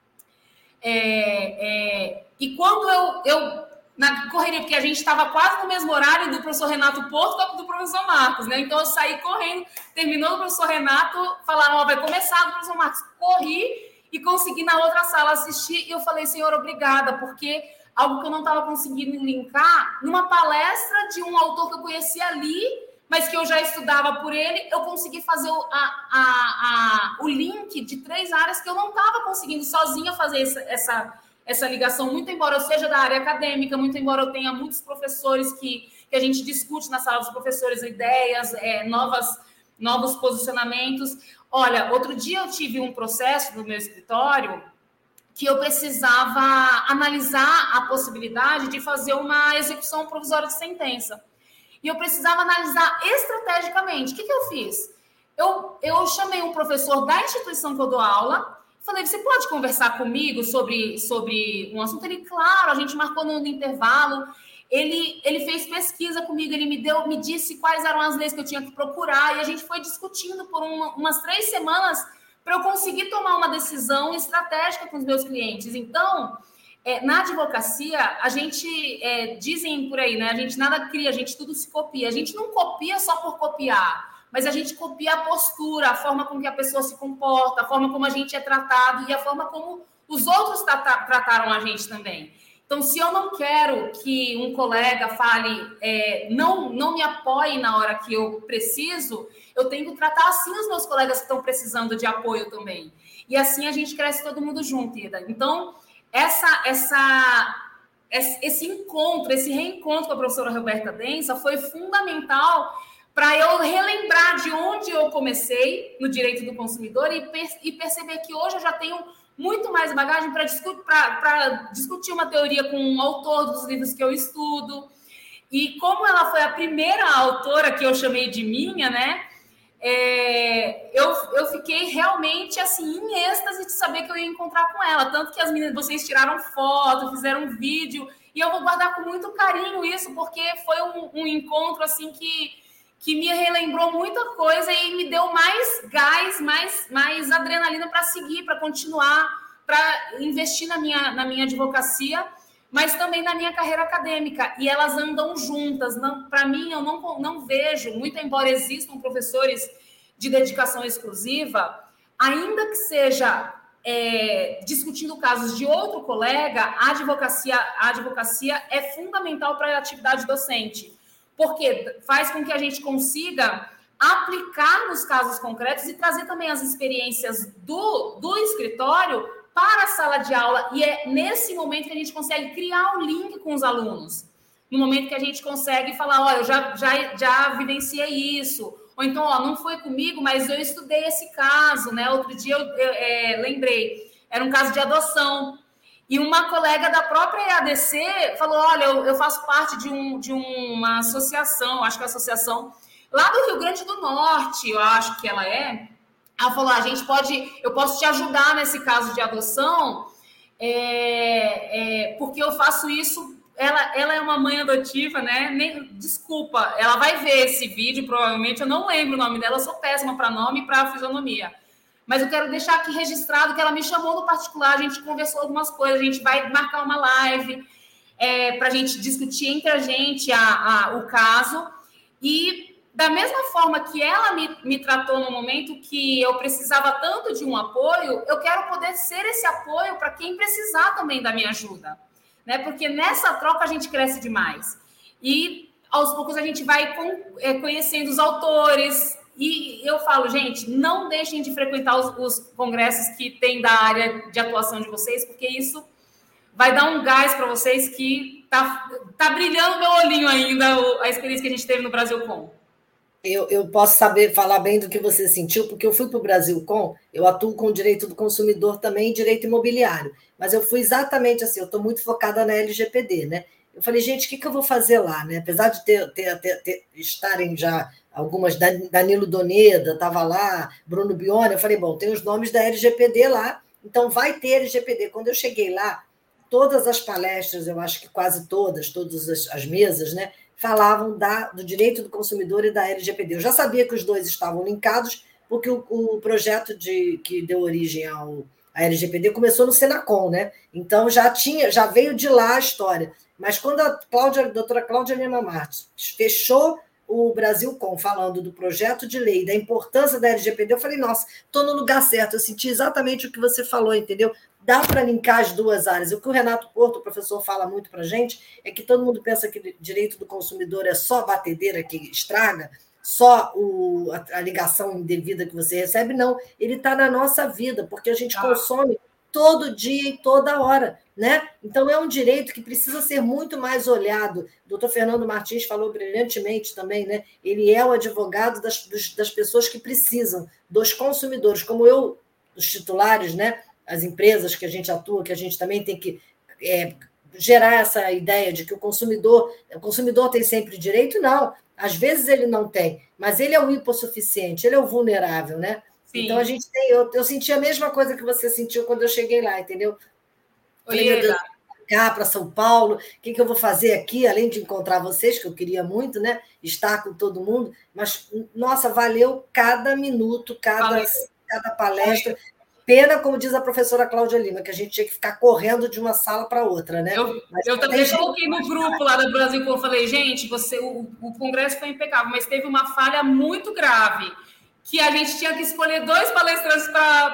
Speaker 2: E quando eu na correria, porque a gente estava quase no mesmo horário do professor Renato Porto com do professor Marcos, né? Então eu saí correndo, terminou o professor Renato, falaram, vai começar do professor Marcos. Corri e consegui na outra sala assistir, e eu falei, Senhor, obrigada, porque algo que eu não estava conseguindo linkar, numa palestra de um autor que eu conhecia ali, mas que eu já estudava por ele, eu consegui fazer o link de 3 áreas que eu não estava conseguindo sozinha fazer essa ligação, muito embora eu seja da área acadêmica, muito embora eu tenha muitos professores que a gente discute na sala dos professores, ideias, novos posicionamentos. Olha, outro dia eu tive um processo no meu escritório que eu precisava analisar a possibilidade de fazer uma execução provisória de sentença. E eu precisava analisar estrategicamente. O que eu fiz? Eu chamei um professor da instituição que eu dou aula, falei, você pode conversar comigo sobre um assunto? Ele, claro, a gente marcou no intervalo. Ele fez pesquisa comigo, ele me disse quais eram as leis que eu tinha que procurar, e a gente foi discutindo por umas 3 semanas para eu conseguir tomar uma decisão estratégica com os meus clientes. Então, na advocacia, a gente, dizem por aí, né? A gente nada cria, a gente tudo se copia. A gente não copia só por copiar, mas a gente copia a postura, a forma com que a pessoa se comporta, a forma como a gente é tratado e a forma como os outros trataram a gente também. Então, se eu não quero que um colega fale, não me apoie na hora que eu preciso, eu tenho que tratar assim os meus colegas que estão precisando de apoio também. E assim a gente cresce todo mundo junto, Ida. Então, esse encontro, esse reencontro com a professora Roberta Densa foi fundamental para eu relembrar de onde eu comecei no direito do consumidor e perceber que hoje eu já tenho muito mais bagagem para discutir uma teoria com um autor dos livros que eu estudo. E como ela foi a primeira autora que eu chamei de minha, né? Eu fiquei realmente assim em êxtase de saber que eu ia encontrar com ela. Tanto que as meninas, vocês tiraram foto, fizeram um vídeo, e eu vou guardar com muito carinho isso, porque foi um encontro assim que me relembrou muita coisa e me deu mais gás, mais adrenalina para seguir, para continuar, para investir na minha advocacia, mas também na minha carreira acadêmica. E elas andam juntas. Para mim, eu não vejo, muito embora existam professores de dedicação exclusiva, ainda que seja discutindo casos de outro colega, a advocacia é fundamental para a atividade docente, porque faz com que a gente consiga aplicar nos casos concretos e trazer também as experiências do escritório para a sala de aula. E é nesse momento que a gente consegue criar o link com os alunos. No momento que a gente consegue falar, olha, eu já vivenciei isso. Ou então, não foi comigo, mas eu estudei esse caso, né? Outro dia eu lembrei, era um caso de adoção. E uma colega da própria EADC falou, olha, eu faço parte de uma associação, acho que é a associação lá do Rio Grande do Norte, eu acho que ela é. Ela falou, eu posso te ajudar nesse caso de adoção, porque eu faço isso. Ela é uma mãe adotiva, né? Desculpa, ela vai ver esse vídeo, provavelmente, eu não lembro o nome dela, eu sou péssima para nome e para fisionomia. Mas eu quero deixar aqui registrado que ela me chamou no particular, a gente conversou algumas coisas, a gente vai marcar uma live para a gente discutir entre a gente o caso. E da mesma forma que ela me tratou no momento que eu precisava tanto de um apoio, eu quero poder ser esse apoio para quem precisar também da minha ajuda. Né? Porque nessa troca a gente cresce demais. E aos poucos a gente vai conhecendo os autores. E eu falo, gente, não deixem de frequentar os congressos que tem da área de atuação de vocês, porque isso vai dar um gás para vocês que tá brilhando meu olhinho ainda a experiência que a gente teve no Brasilcom.
Speaker 1: Eu posso falar bem do que você sentiu, porque eu fui para o Brasilcom, eu atuo com o direito do consumidor também e direito imobiliário, mas eu fui exatamente assim, eu estou muito focada na LGPD, né? Eu falei, gente, o que eu vou fazer lá, né? Apesar de estarem já algumas, Danilo Doneda estava lá, Bruno Bione, eu falei, bom, tem os nomes da LGPD lá, então vai ter LGPD. Quando eu cheguei lá, todas as palestras, eu acho que quase todas as mesas, né? Falavam do direito do consumidor e da LGPD. Eu já sabia que os dois estavam linkados, porque o projeto que deu origem à LGPD começou no Senacom, né? Então já veio de lá a história. Mas quando a doutora Cláudia Lima Martins fechou o Brasilcom falando do projeto de lei, da importância da LGPD, eu falei, nossa, estou no lugar certo, eu senti exatamente o que você falou, entendeu? Dá para linkar as duas áreas. O que o Renato Porto, o professor, fala muito para a gente é que todo mundo pensa que direito do consumidor é só batedeira que estraga, só a ligação indevida que você recebe. Não, ele está na nossa vida, porque a gente consome todo dia e toda hora, né? Então, é um direito que precisa ser muito mais olhado. O doutor Fernando Martins falou brilhantemente também, né? Ele é o advogado das pessoas que precisam, dos consumidores, como eu, dos titulares, né? As empresas que a gente atua, que a gente também tem que gerar essa ideia de que o consumidor tem sempre direito. Não, às vezes ele não tem, mas ele é o hipossuficiente, ele é o vulnerável, né? Sim. Então a gente tem, eu senti a mesma coisa que você sentiu quando eu cheguei lá, entendeu? Falei, meu Deus, cá para São Paulo, o que eu vou fazer aqui, além de encontrar vocês, que eu queria muito, né? Estar com todo mundo, mas, nossa, valeu cada minuto, cada palestra. Pena, como diz a professora Cláudia Lima, que a gente tinha que ficar correndo de uma sala para outra, né?
Speaker 2: Eu também coloquei no grupo lá do Brasil, que eu falei, gente, o congresso foi impecável, mas teve uma falha muito grave, que a gente tinha que escolher 2 palestrantes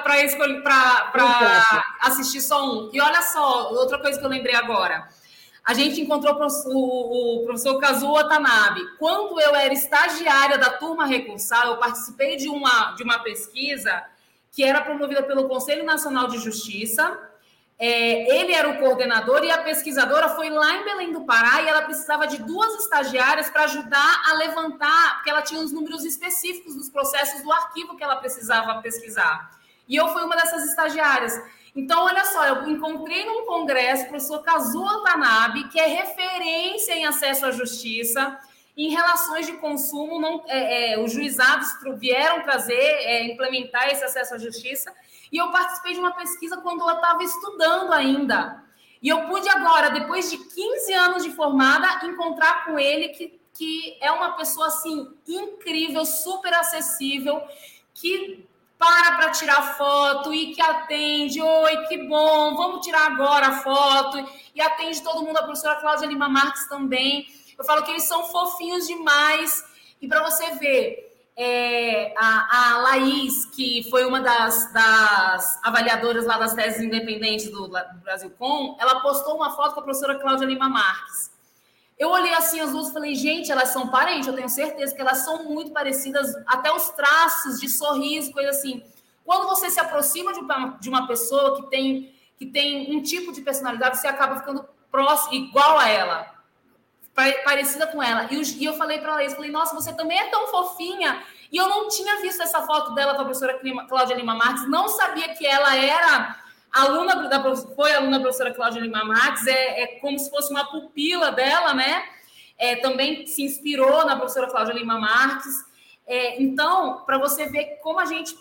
Speaker 2: para assistir só um. E olha só, outra coisa que eu lembrei agora. A gente encontrou o professor Kazuo Watanabe. Quando eu era estagiária da turma recursal, eu participei de uma pesquisa que era promovida pelo Conselho Nacional de Justiça. Ele era o coordenador e a pesquisadora foi lá em Belém do Pará e ela precisava de 2 estagiárias para ajudar a levantar, porque ela tinha os números específicos dos processos do arquivo que ela precisava pesquisar. E eu fui uma dessas estagiárias. Então, olha só, eu encontrei num congresso o professor Kazuo Watanabe, que é referência em acesso à justiça, em relações de consumo. Os juizados vieram implementar esse acesso à justiça, e eu participei de uma pesquisa quando eu estava estudando ainda. E eu pude agora, depois de 15 anos de formada, encontrar com ele, que é uma pessoa assim, incrível, super acessível, que para tirar foto e que atende, oi, que bom, vamos tirar agora a foto, e atende todo mundo, a professora Cláudia Lima Marques também. Eu falo que eles são fofinhos demais, e para você ver, a Laís, que foi uma das avaliadoras lá das teses independentes do Brasilcom, ela postou uma foto com a professora Cláudia Lima Marques. Eu olhei assim as duas e falei, gente, elas são parentes, eu tenho certeza que elas são muito parecidas, até os traços de sorriso, coisa assim. Quando você se aproxima de uma pessoa que tem um tipo de personalidade, você acaba ficando próximo, igual a ela, parecida com ela. E eu falei para ela isso, falei, nossa, você também é tão fofinha. E eu não tinha visto essa foto dela com a professora Cláudia Lima Marques, não sabia que ela era foi aluna da professora Cláudia Lima Marques, é como se fosse uma pupila dela, né? Também se inspirou na professora Cláudia Lima Marques. Então, para você ver como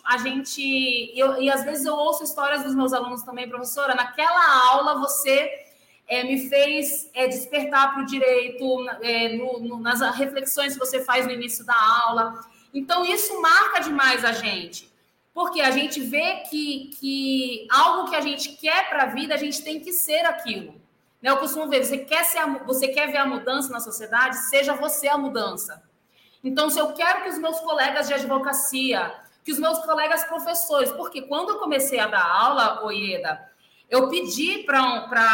Speaker 2: e às vezes eu ouço histórias dos meus alunos também, professora, naquela aula você me fez despertar para o direito, nas reflexões que você faz no início da aula. Então, isso marca demais a gente. Porque a gente vê que algo que a gente quer para a vida, a gente tem que ser aquilo. Né? Eu costumo ver, você quer ver a mudança na sociedade, seja você a mudança. Então, se eu quero que os meus colegas de advocacia, que os meus colegas professores, porque quando eu comecei a dar aula, Ieda, eu pedi para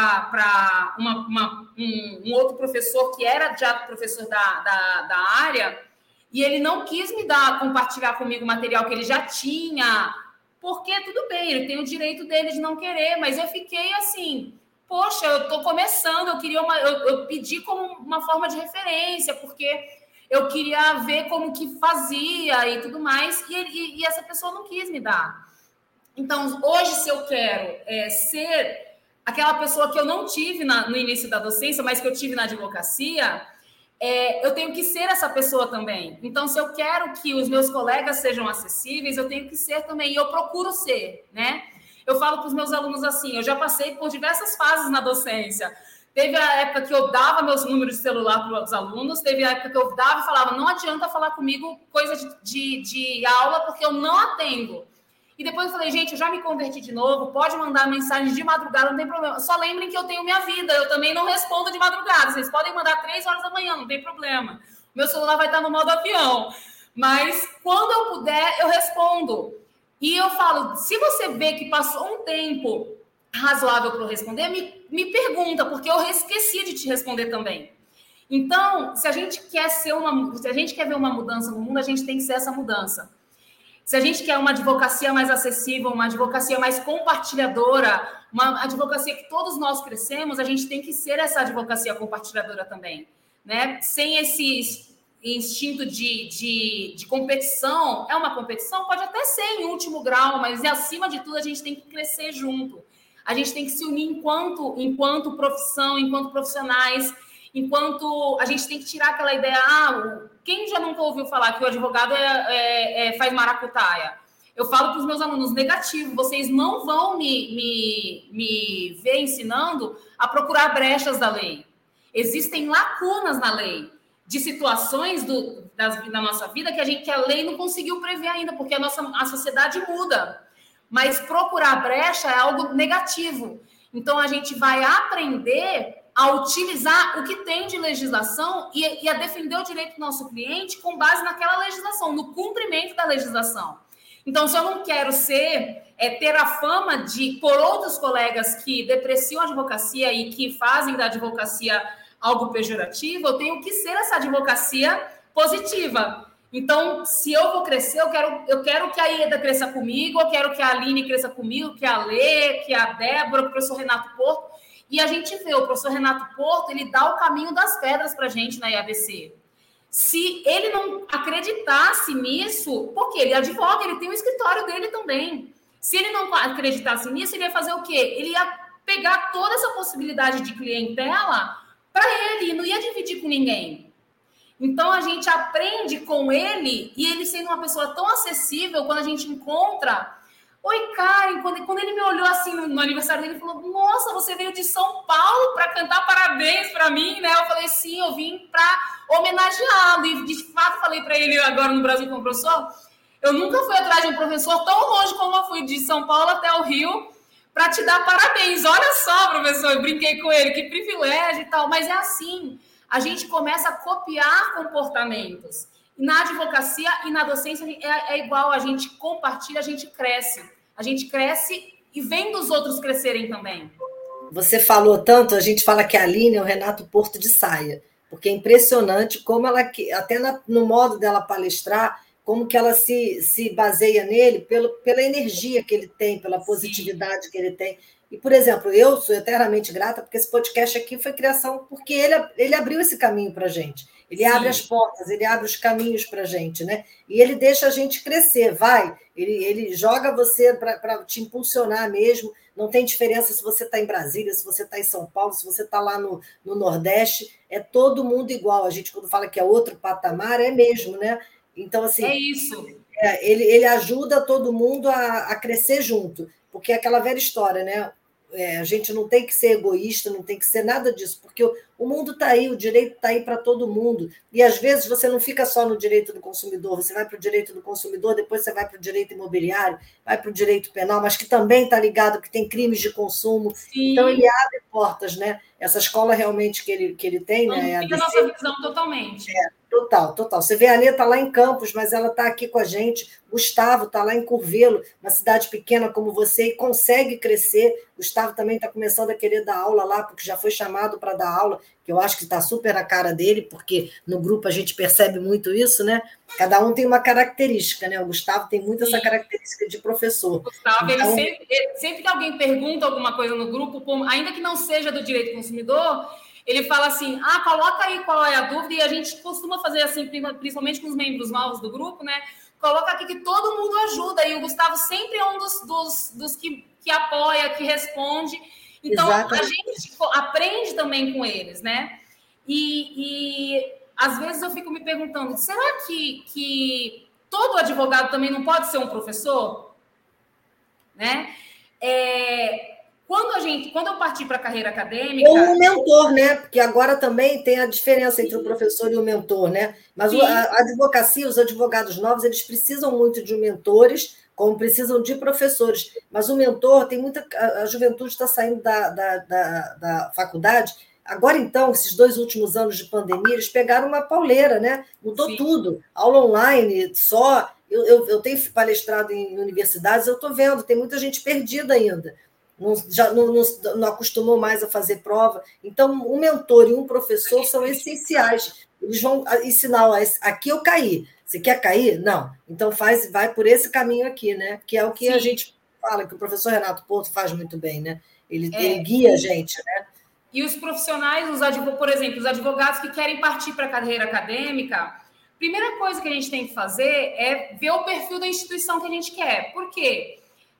Speaker 2: um outro professor que era já professor da área, e ele não quis compartilhar comigo o material que ele já tinha, porque tudo bem, ele tem o direito dele de não querer, mas eu fiquei assim, poxa, eu estou começando, eu pedi como uma forma de referência, porque eu queria ver como que fazia e tudo mais, e essa pessoa não quis me dar. Então, hoje, se eu quero ser aquela pessoa que eu não tive no início da docência, mas que eu tive na advocacia, eu tenho que ser essa pessoa também. Então, se eu quero que os meus colegas sejam acessíveis, eu tenho que ser também, e eu procuro ser, né? Eu falo para os meus alunos assim, eu já passei por diversas fases na docência. Teve a época que eu dava meus números de celular para os alunos, teve a época que eu dava e falava, não adianta falar comigo coisa de aula, porque eu não atendo. E depois eu falei, gente, eu já me converti de novo, pode mandar mensagem de madrugada, não tem problema. Só lembrem que eu tenho minha vida, eu também não respondo de madrugada. Vocês podem mandar 3 horas da manhã, não tem problema. Meu celular vai estar no modo avião. Mas quando eu puder, eu respondo. E eu falo, se você vê que passou um tempo razoável para eu responder, me pergunta, porque eu esqueci de te responder também. Então, se a gente quer ver uma mudança no mundo, a gente tem que ser essa mudança. Se a gente quer uma advocacia mais acessível, uma advocacia mais compartilhadora, uma advocacia que todos nós crescemos, a gente tem que ser essa advocacia compartilhadora também, né? Sem esse instinto de competição. É uma competição? Pode até ser em último grau, mas acima de tudo a gente tem que crescer junto. A gente tem que se unir enquanto profissão, enquanto profissionais, enquanto a gente tem que tirar aquela ideia, quem já nunca ouviu falar que o advogado faz maracutaia? Eu falo para os meus alunos, negativo, vocês não vão me ver ensinando a procurar brechas da lei. Existem lacunas na lei, de situações da nossa vida que a lei não conseguiu prever ainda, porque a sociedade muda. Mas procurar brecha é algo negativo. Então, a gente vai aprender a utilizar o que tem de legislação e a defender o direito do nosso cliente com base naquela legislação, no cumprimento da legislação. Então, se eu não quero ter a fama por outros colegas que depreciam a advocacia e que fazem da advocacia algo pejorativo, eu tenho que ser essa advocacia positiva. Então, se eu vou crescer, eu quero que a Ieda cresça comigo, eu quero que a Aline cresça comigo, que a Lê, que a Débora, o professor Renato Porto. E a gente vê, o professor Renato Porto, ele dá o caminho das pedras para a gente na IABC. Se ele não acreditasse nisso, porque ele advoga, ele tem o escritório dele também. Se ele não acreditasse nisso, ele ia fazer o quê? Ele ia pegar toda essa possibilidade de clientela para ele, não ia dividir com ninguém. Então, a gente aprende com ele, e ele sendo uma pessoa tão acessível, quando a gente encontra... Oi, Karen, quando ele me olhou assim no aniversário dele, ele falou, nossa, você veio de São Paulo para cantar parabéns para mim, né? Eu falei, sim, eu vim para homenageá-lo. E, de fato, falei para ele agora no Brasil como professor, eu nunca fui atrás de um professor tão longe como eu fui, de São Paulo até o Rio, para te dar parabéns. Olha só, professor, eu brinquei com ele, que privilégio e tal. Mas é assim, a gente começa a copiar comportamentos. Na advocacia e na docência é igual, a gente compartilha, a gente cresce. A gente cresce e vem dos outros crescerem também.
Speaker 1: Você falou tanto, a gente fala que a Aline é o Renato Porto de saia, porque é impressionante como ela, até no modo dela palestrar, como que ela se baseia nele pela energia que ele tem, pela positividade Sim. que ele tem. E, por exemplo, eu sou eternamente grata porque esse podcast aqui foi criação, porque ele abriu esse caminho para a gente. Ele Sim. abre as portas, ele abre os caminhos para a gente, né? E ele deixa a gente crescer, ele joga você para te impulsionar mesmo. Não tem diferença se você está em Brasília, se você está em São Paulo, se você está lá no Nordeste, é todo mundo igual. A gente, quando fala que é outro patamar, é mesmo, né? Então, assim.
Speaker 2: É isso.
Speaker 1: Ele ajuda todo mundo a crescer junto, porque é aquela velha história, né? A gente não tem que ser egoísta, não tem que ser nada disso, porque o mundo está aí, o direito está aí para todo mundo. E às vezes você não fica só no direito do consumidor, você vai para o direito do consumidor, depois você vai para o direito imobiliário, vai para o direito penal, mas que também está ligado, que tem crimes de consumo.
Speaker 2: Sim.
Speaker 1: Então ele abre portas, né? Essa escola realmente que ele tem, né?
Speaker 2: Amplia a nossa visão totalmente.
Speaker 1: Total. Você vê a Alê está lá em Campos, mas ela está aqui com a gente. Gustavo está lá em Curvelo, uma cidade pequena como você, e consegue crescer. Gustavo também está começando a querer dar aula lá, porque já foi chamado para dar aula, que eu acho que está super na cara dele, porque no grupo a gente percebe muito isso, né? Cada um tem uma característica, né? O Gustavo tem muito essa característica de professor.
Speaker 2: Gustavo, então... sempre que alguém pergunta alguma coisa no grupo, ainda que não seja do direito do consumidor, ele fala assim, coloca aí qual é a dúvida, e a gente costuma fazer assim, principalmente com os membros novos do grupo, né? Coloca aqui que todo mundo ajuda, e o Gustavo sempre é um dos que apoia, que responde. Então, Exatamente. A gente aprende também com eles, né? E às vezes eu fico me perguntando, será que todo advogado também não pode ser um professor? Né? Quando eu parti para a carreira acadêmica...
Speaker 1: Ou um mentor, né? Porque agora também tem a diferença entre o professor e o mentor, né? Mas a advocacia, os advogados novos, eles precisam muito de mentores, como precisam de professores. Mas o mentor, tem muita... A juventude está saindo da faculdade. Agora, então, esses 2 últimos anos de pandemia, eles pegaram uma pauleira, né? Mudou tudo. Aula online, só... Eu tenho palestrado em universidades, eu estou vendo, tem muita gente perdida ainda. Não acostumou mais a fazer prova. Então, um mentor e um professor são essenciais. Eles vão ensinar, aqui eu caí. Você quer cair? Não. Então, vai por esse caminho aqui, né? Que é o que Sim. a gente fala, que o professor Renato Porto faz muito bem, né? Ele guia a gente, né?
Speaker 2: E os profissionais, por exemplo, os advogados que querem partir para a carreira acadêmica, primeira coisa que a gente tem que fazer é ver o perfil da instituição que a gente quer. Por quê?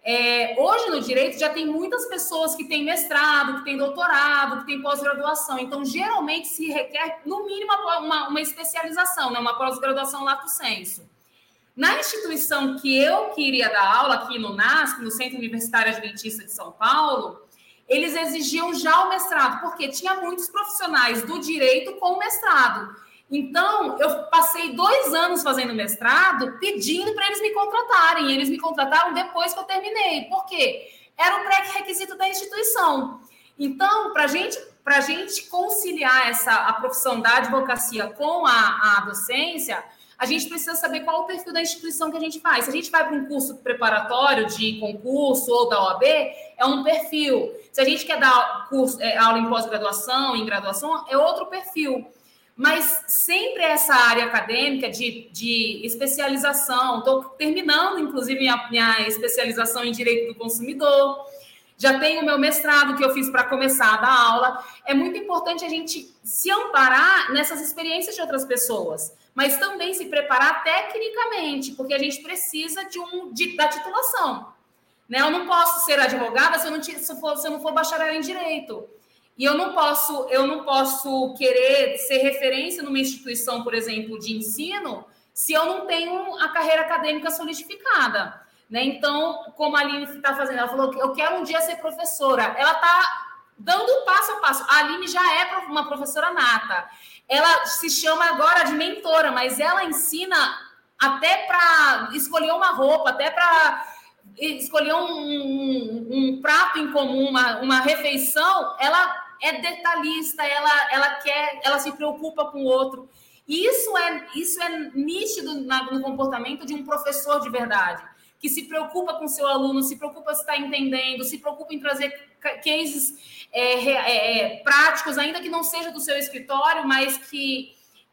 Speaker 2: Hoje no direito já tem muitas pessoas que têm mestrado, que têm doutorado, que têm pós-graduação. Então, geralmente se requer, no mínimo, uma especialização, né? Uma pós-graduação lato sensu. Na instituição que eu queria dar aula, aqui no NASP, no Centro Universitário Adventista de São Paulo, eles exigiam já o mestrado, porque tinha muitos profissionais do direito com mestrado. Então, eu passei 2 anos fazendo mestrado pedindo para eles me contratarem. E eles me contrataram depois que eu terminei. Por quê? Era um pré-requisito da instituição. Então, para a gente conciliar a profissão da advocacia com a docência, a gente precisa saber qual o perfil da instituição que a gente faz. Se a gente vai para um curso preparatório de concurso ou da OAB, é um perfil. Se a gente quer dar aula em pós-graduação, em graduação, é outro perfil. Mas sempre essa área acadêmica de especialização, estou terminando, inclusive, minha especialização em Direito do Consumidor, já tenho o meu mestrado que eu fiz para começar a dar aula. É muito importante a gente se amparar nessas experiências de outras pessoas, mas também se preparar tecnicamente, porque a gente precisa da titulação. Né? Eu não posso ser advogada se eu não for bacharel em Direito. E eu não posso querer ser referência numa instituição, por exemplo, de ensino, se eu não tenho a carreira acadêmica solidificada. Né? Então, como a Aline está fazendo, ela falou que eu quero um dia ser professora. Ela está dando passo a passo. A Aline já é uma professora nata. Ela se chama agora de mentora, mas ela ensina até para escolher uma roupa, até para escolher um prato em comum, uma refeição. Ela é detalhista, ela se preocupa com o outro. E isso é nítido no comportamento de um professor de verdade, que se preocupa com o seu aluno, se preocupa se está entendendo, se preocupa em trazer cases práticos, ainda que não seja do seu escritório, mas que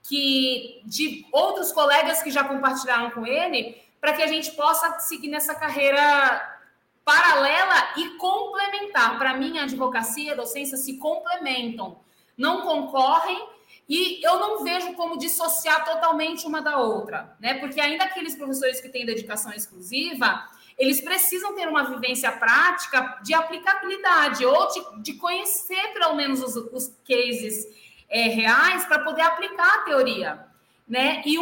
Speaker 2: de outros colegas que já compartilharam com ele, para que a gente possa seguir nessa carreira paralela e complementar. Para mim, a advocacia e a docência se complementam, não concorrem, e eu não vejo como dissociar totalmente uma da outra, né? Porque ainda aqueles professores que têm dedicação exclusiva, eles precisam ter uma vivência prática de aplicabilidade, ou de conhecer pelo menos os cases reais para poder aplicar a teoria, né? E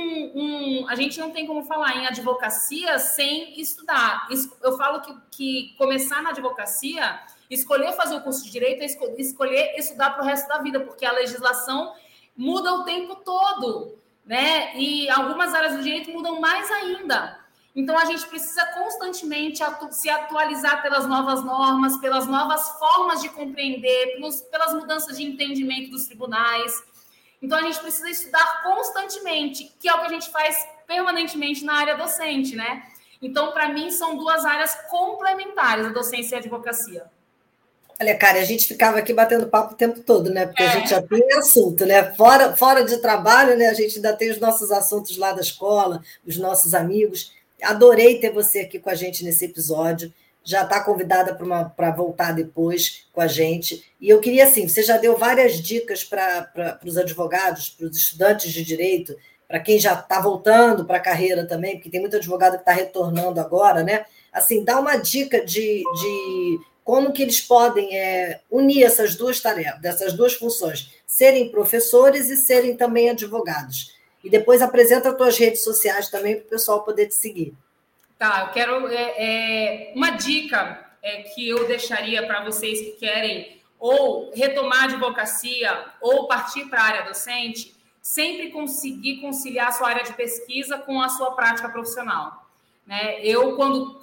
Speaker 2: a gente não tem como falar em advocacia sem estudar. Eu falo que começar na advocacia, escolher fazer o curso de direito é escolher estudar para o resto da vida, porque a legislação muda o tempo todo, né? E algumas áreas do direito mudam mais ainda. Então, a gente precisa constantemente se atualizar pelas novas normas, pelas novas formas de compreender, pelas mudanças de entendimento dos tribunais. Então, a gente precisa estudar constantemente, que é o que a gente faz permanentemente na área docente, né? Então, para mim, são duas áreas complementares, a docência e a advocacia.
Speaker 1: Olha, cara, a gente ficava aqui batendo papo o tempo todo, né? Porque a gente já tem assunto, né? Fora de trabalho, né? A gente ainda tem os nossos assuntos lá da escola, os nossos amigos. Adorei ter você aqui com a gente nesse episódio. Já está convidada para voltar depois com a gente. E eu queria, assim, você já deu várias dicas para os advogados, para os estudantes de direito, para quem já está voltando para a carreira também, porque tem muito advogado que está retornando agora, né? Assim, dá uma dica de como que eles podem unir essas duas tarefas, dessas duas funções, serem professores e serem também advogados. E depois apresenta as tuas redes sociais também para o pessoal poder te seguir.
Speaker 2: Tá, eu quero uma dica que eu deixaria para vocês que querem ou retomar a advocacia ou partir para a área docente, sempre conseguir conciliar a sua área de pesquisa com a sua prática profissional. Né? Eu, quando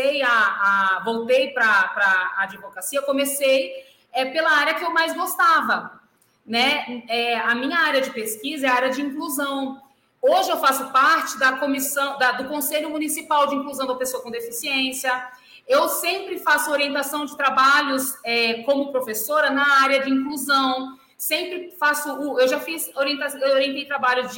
Speaker 2: voltei para a advocacia, comecei pela área que eu mais gostava. Né? A minha área de pesquisa é a área de inclusão. Hoje eu faço parte da comissão, do Conselho Municipal de Inclusão da Pessoa com Deficiência. Eu sempre faço orientação de trabalhos como professora na área de inclusão. Sempre faço, eu já fiz orientei trabalho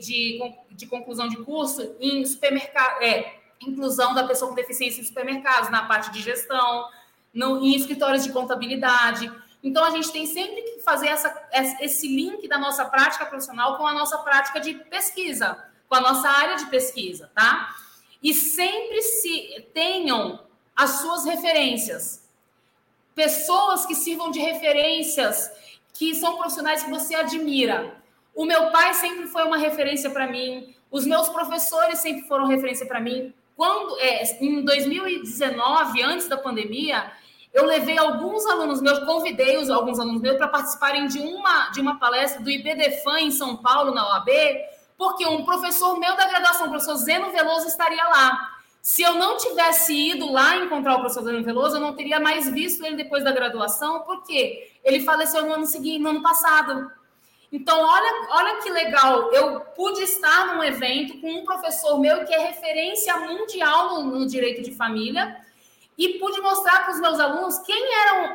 Speaker 2: de conclusão de curso em supermercado, inclusão da pessoa com deficiência em supermercados, na parte de gestão, em escritórios de contabilidade. Então, a gente tem sempre que fazer esse link da nossa prática profissional com a nossa prática de pesquisa, com a nossa área de pesquisa, tá? E sempre tenham as suas referências. Pessoas que sirvam de referências, que são profissionais que você admira. O meu pai sempre foi uma referência para mim, os meus professores sempre foram referência para mim. Em 2019, antes da pandemia, eu levei alguns alunos meus, convidei alguns alunos meus para participarem de uma palestra do IBDFAN em São Paulo, na OAB, porque um professor meu da graduação, o professor Zeno Veloso, estaria lá. Se eu não tivesse ido lá encontrar o professor Zeno Veloso, eu não teria mais visto ele depois da graduação, porque ele faleceu no ano seguinte, no ano passado. Então, olha que legal, eu pude estar num evento com um professor meu que é referência mundial no direito de família, e pude mostrar para os meus alunos quem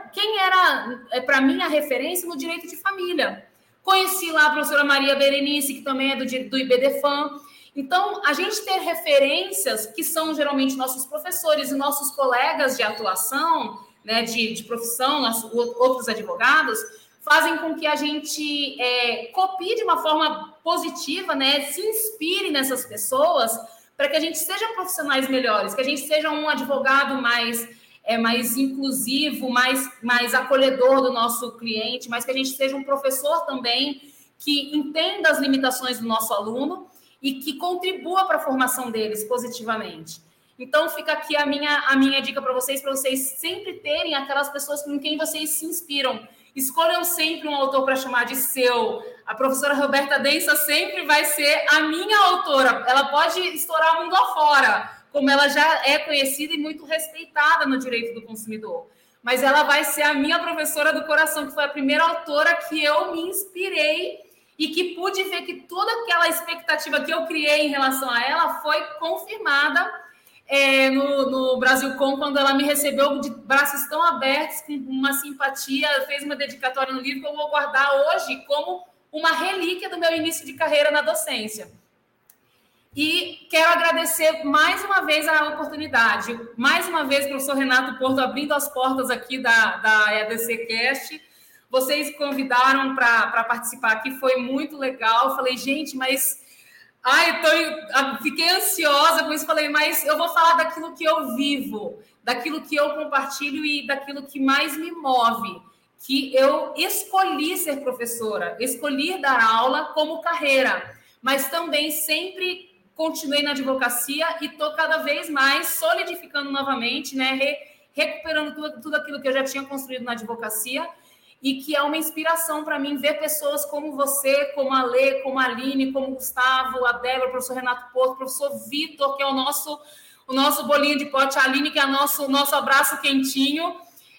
Speaker 2: era para mim, a referência no direito de família. Conheci lá a professora Maria Berenice, que também é do IBDFAN. Então, a gente ter referências, que são geralmente nossos professores e nossos colegas de atuação, né, de profissão, outros advogados, fazem com que a gente copie de uma forma positiva, né, se inspire nessas pessoas, para que a gente seja profissionais melhores, que a gente seja um advogado mais inclusivo, mais acolhedor do nosso cliente, mas que a gente seja um professor também que entenda as limitações do nosso aluno e que contribua para a formação deles positivamente. Então, fica aqui a minha dica para vocês sempre terem aquelas pessoas com quem vocês se inspiram. Escolham sempre um autor para chamar de seu. A professora Roberta Densa sempre vai ser a minha autora. Ela pode estourar o mundo afora, como ela já é conhecida e muito respeitada no direito do consumidor. Mas ela vai ser a minha professora do coração, que foi a primeira autora que eu me inspirei e que pude ver que toda aquela expectativa que eu criei em relação a ela foi confirmada no Brasilcom, quando ela me recebeu de braços tão abertos, com uma simpatia, fez uma dedicatória no livro que eu vou guardar hoje como uma relíquia do meu início de carreira na docência. E quero agradecer mais uma vez a oportunidade, mais uma vez, professor Renato Porto, abrindo as portas aqui da EADCcast. Vocês convidaram para participar aqui, foi muito legal. Falei, gente, mas fiquei ansiosa com isso. Falei, mas eu vou falar daquilo que eu vivo, daquilo que eu compartilho e daquilo que mais me move, que eu escolhi ser professora, escolhi dar aula como carreira, mas também sempre continuei na advocacia e estou cada vez mais solidificando novamente, né, recuperando tudo aquilo que eu já tinha construído na advocacia, e que é uma inspiração para mim ver pessoas como você, como a Lê, como a Aline, como o Gustavo, a Débora, o professor Renato Porto, o professor Vitor, que é o nosso bolinho de pote, a Aline, que é o nosso abraço quentinho,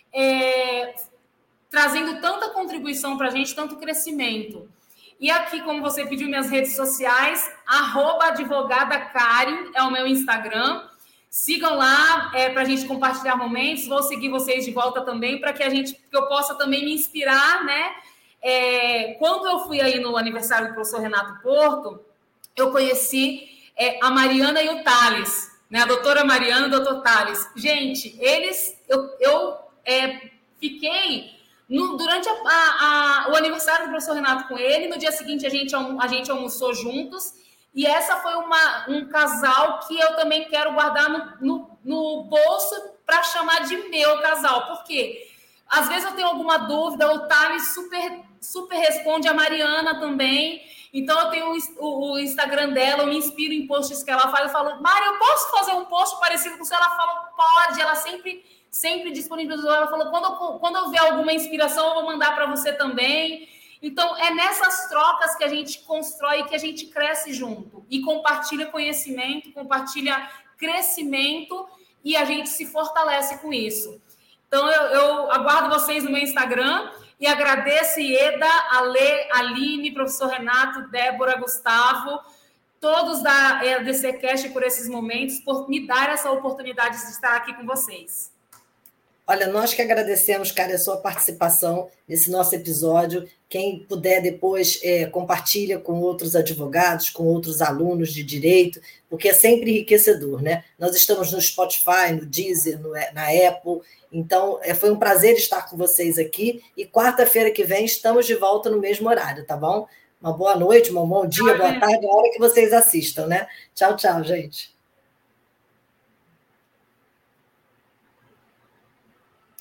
Speaker 2: trazendo tanta contribuição para a gente, tanto crescimento. E aqui, como você pediu, minhas redes sociais, @advogadakaren é o meu Instagram. Sigam lá para a gente compartilhar momentos. Vou seguir vocês de volta também, para que eu possa também me inspirar, né? Quando eu fui aí no aniversário do professor Renato Porto, eu conheci a Mariana e o Thales, né? A doutora Mariana e o doutor Thales. Gente, eu fiquei... durante o aniversário do professor Renato com ele, no dia seguinte a gente almoçou juntos, e essa foi um casal que eu também quero guardar no bolso para chamar de meu casal, porque às vezes eu tenho alguma dúvida, o Thales super responde, a Mariana também, então eu tenho o Instagram dela, eu me inspiro em posts que ela faz, eu falo, Mari, eu posso fazer um post parecido com o seu? Ela fala, pode, ela sempre disponibilizou. Ela falou, quando eu ver alguma inspiração, eu vou mandar para você também. Então, é nessas trocas que a gente constrói, que a gente cresce junto. E compartilha conhecimento, compartilha crescimento, e a gente se fortalece com isso. Então, eu aguardo vocês no meu Instagram, e agradeço Ieda, Alê, Aline, professor Renato, Débora, Gustavo, todos da EADCcast por esses momentos, por me dar essa oportunidade de estar aqui com vocês.
Speaker 1: Olha, nós que agradecemos, cara, a sua participação nesse nosso episódio. Quem puder depois compartilha com outros advogados, com outros alunos de direito, porque é sempre enriquecedor, né? Nós estamos no Spotify, no Deezer, na Apple. Então, foi um prazer estar com vocês aqui. E quarta-feira que vem estamos de volta no mesmo horário, tá bom? Uma boa noite, um bom dia, boa tarde, a hora que vocês assistam, né? Tchau, tchau, gente.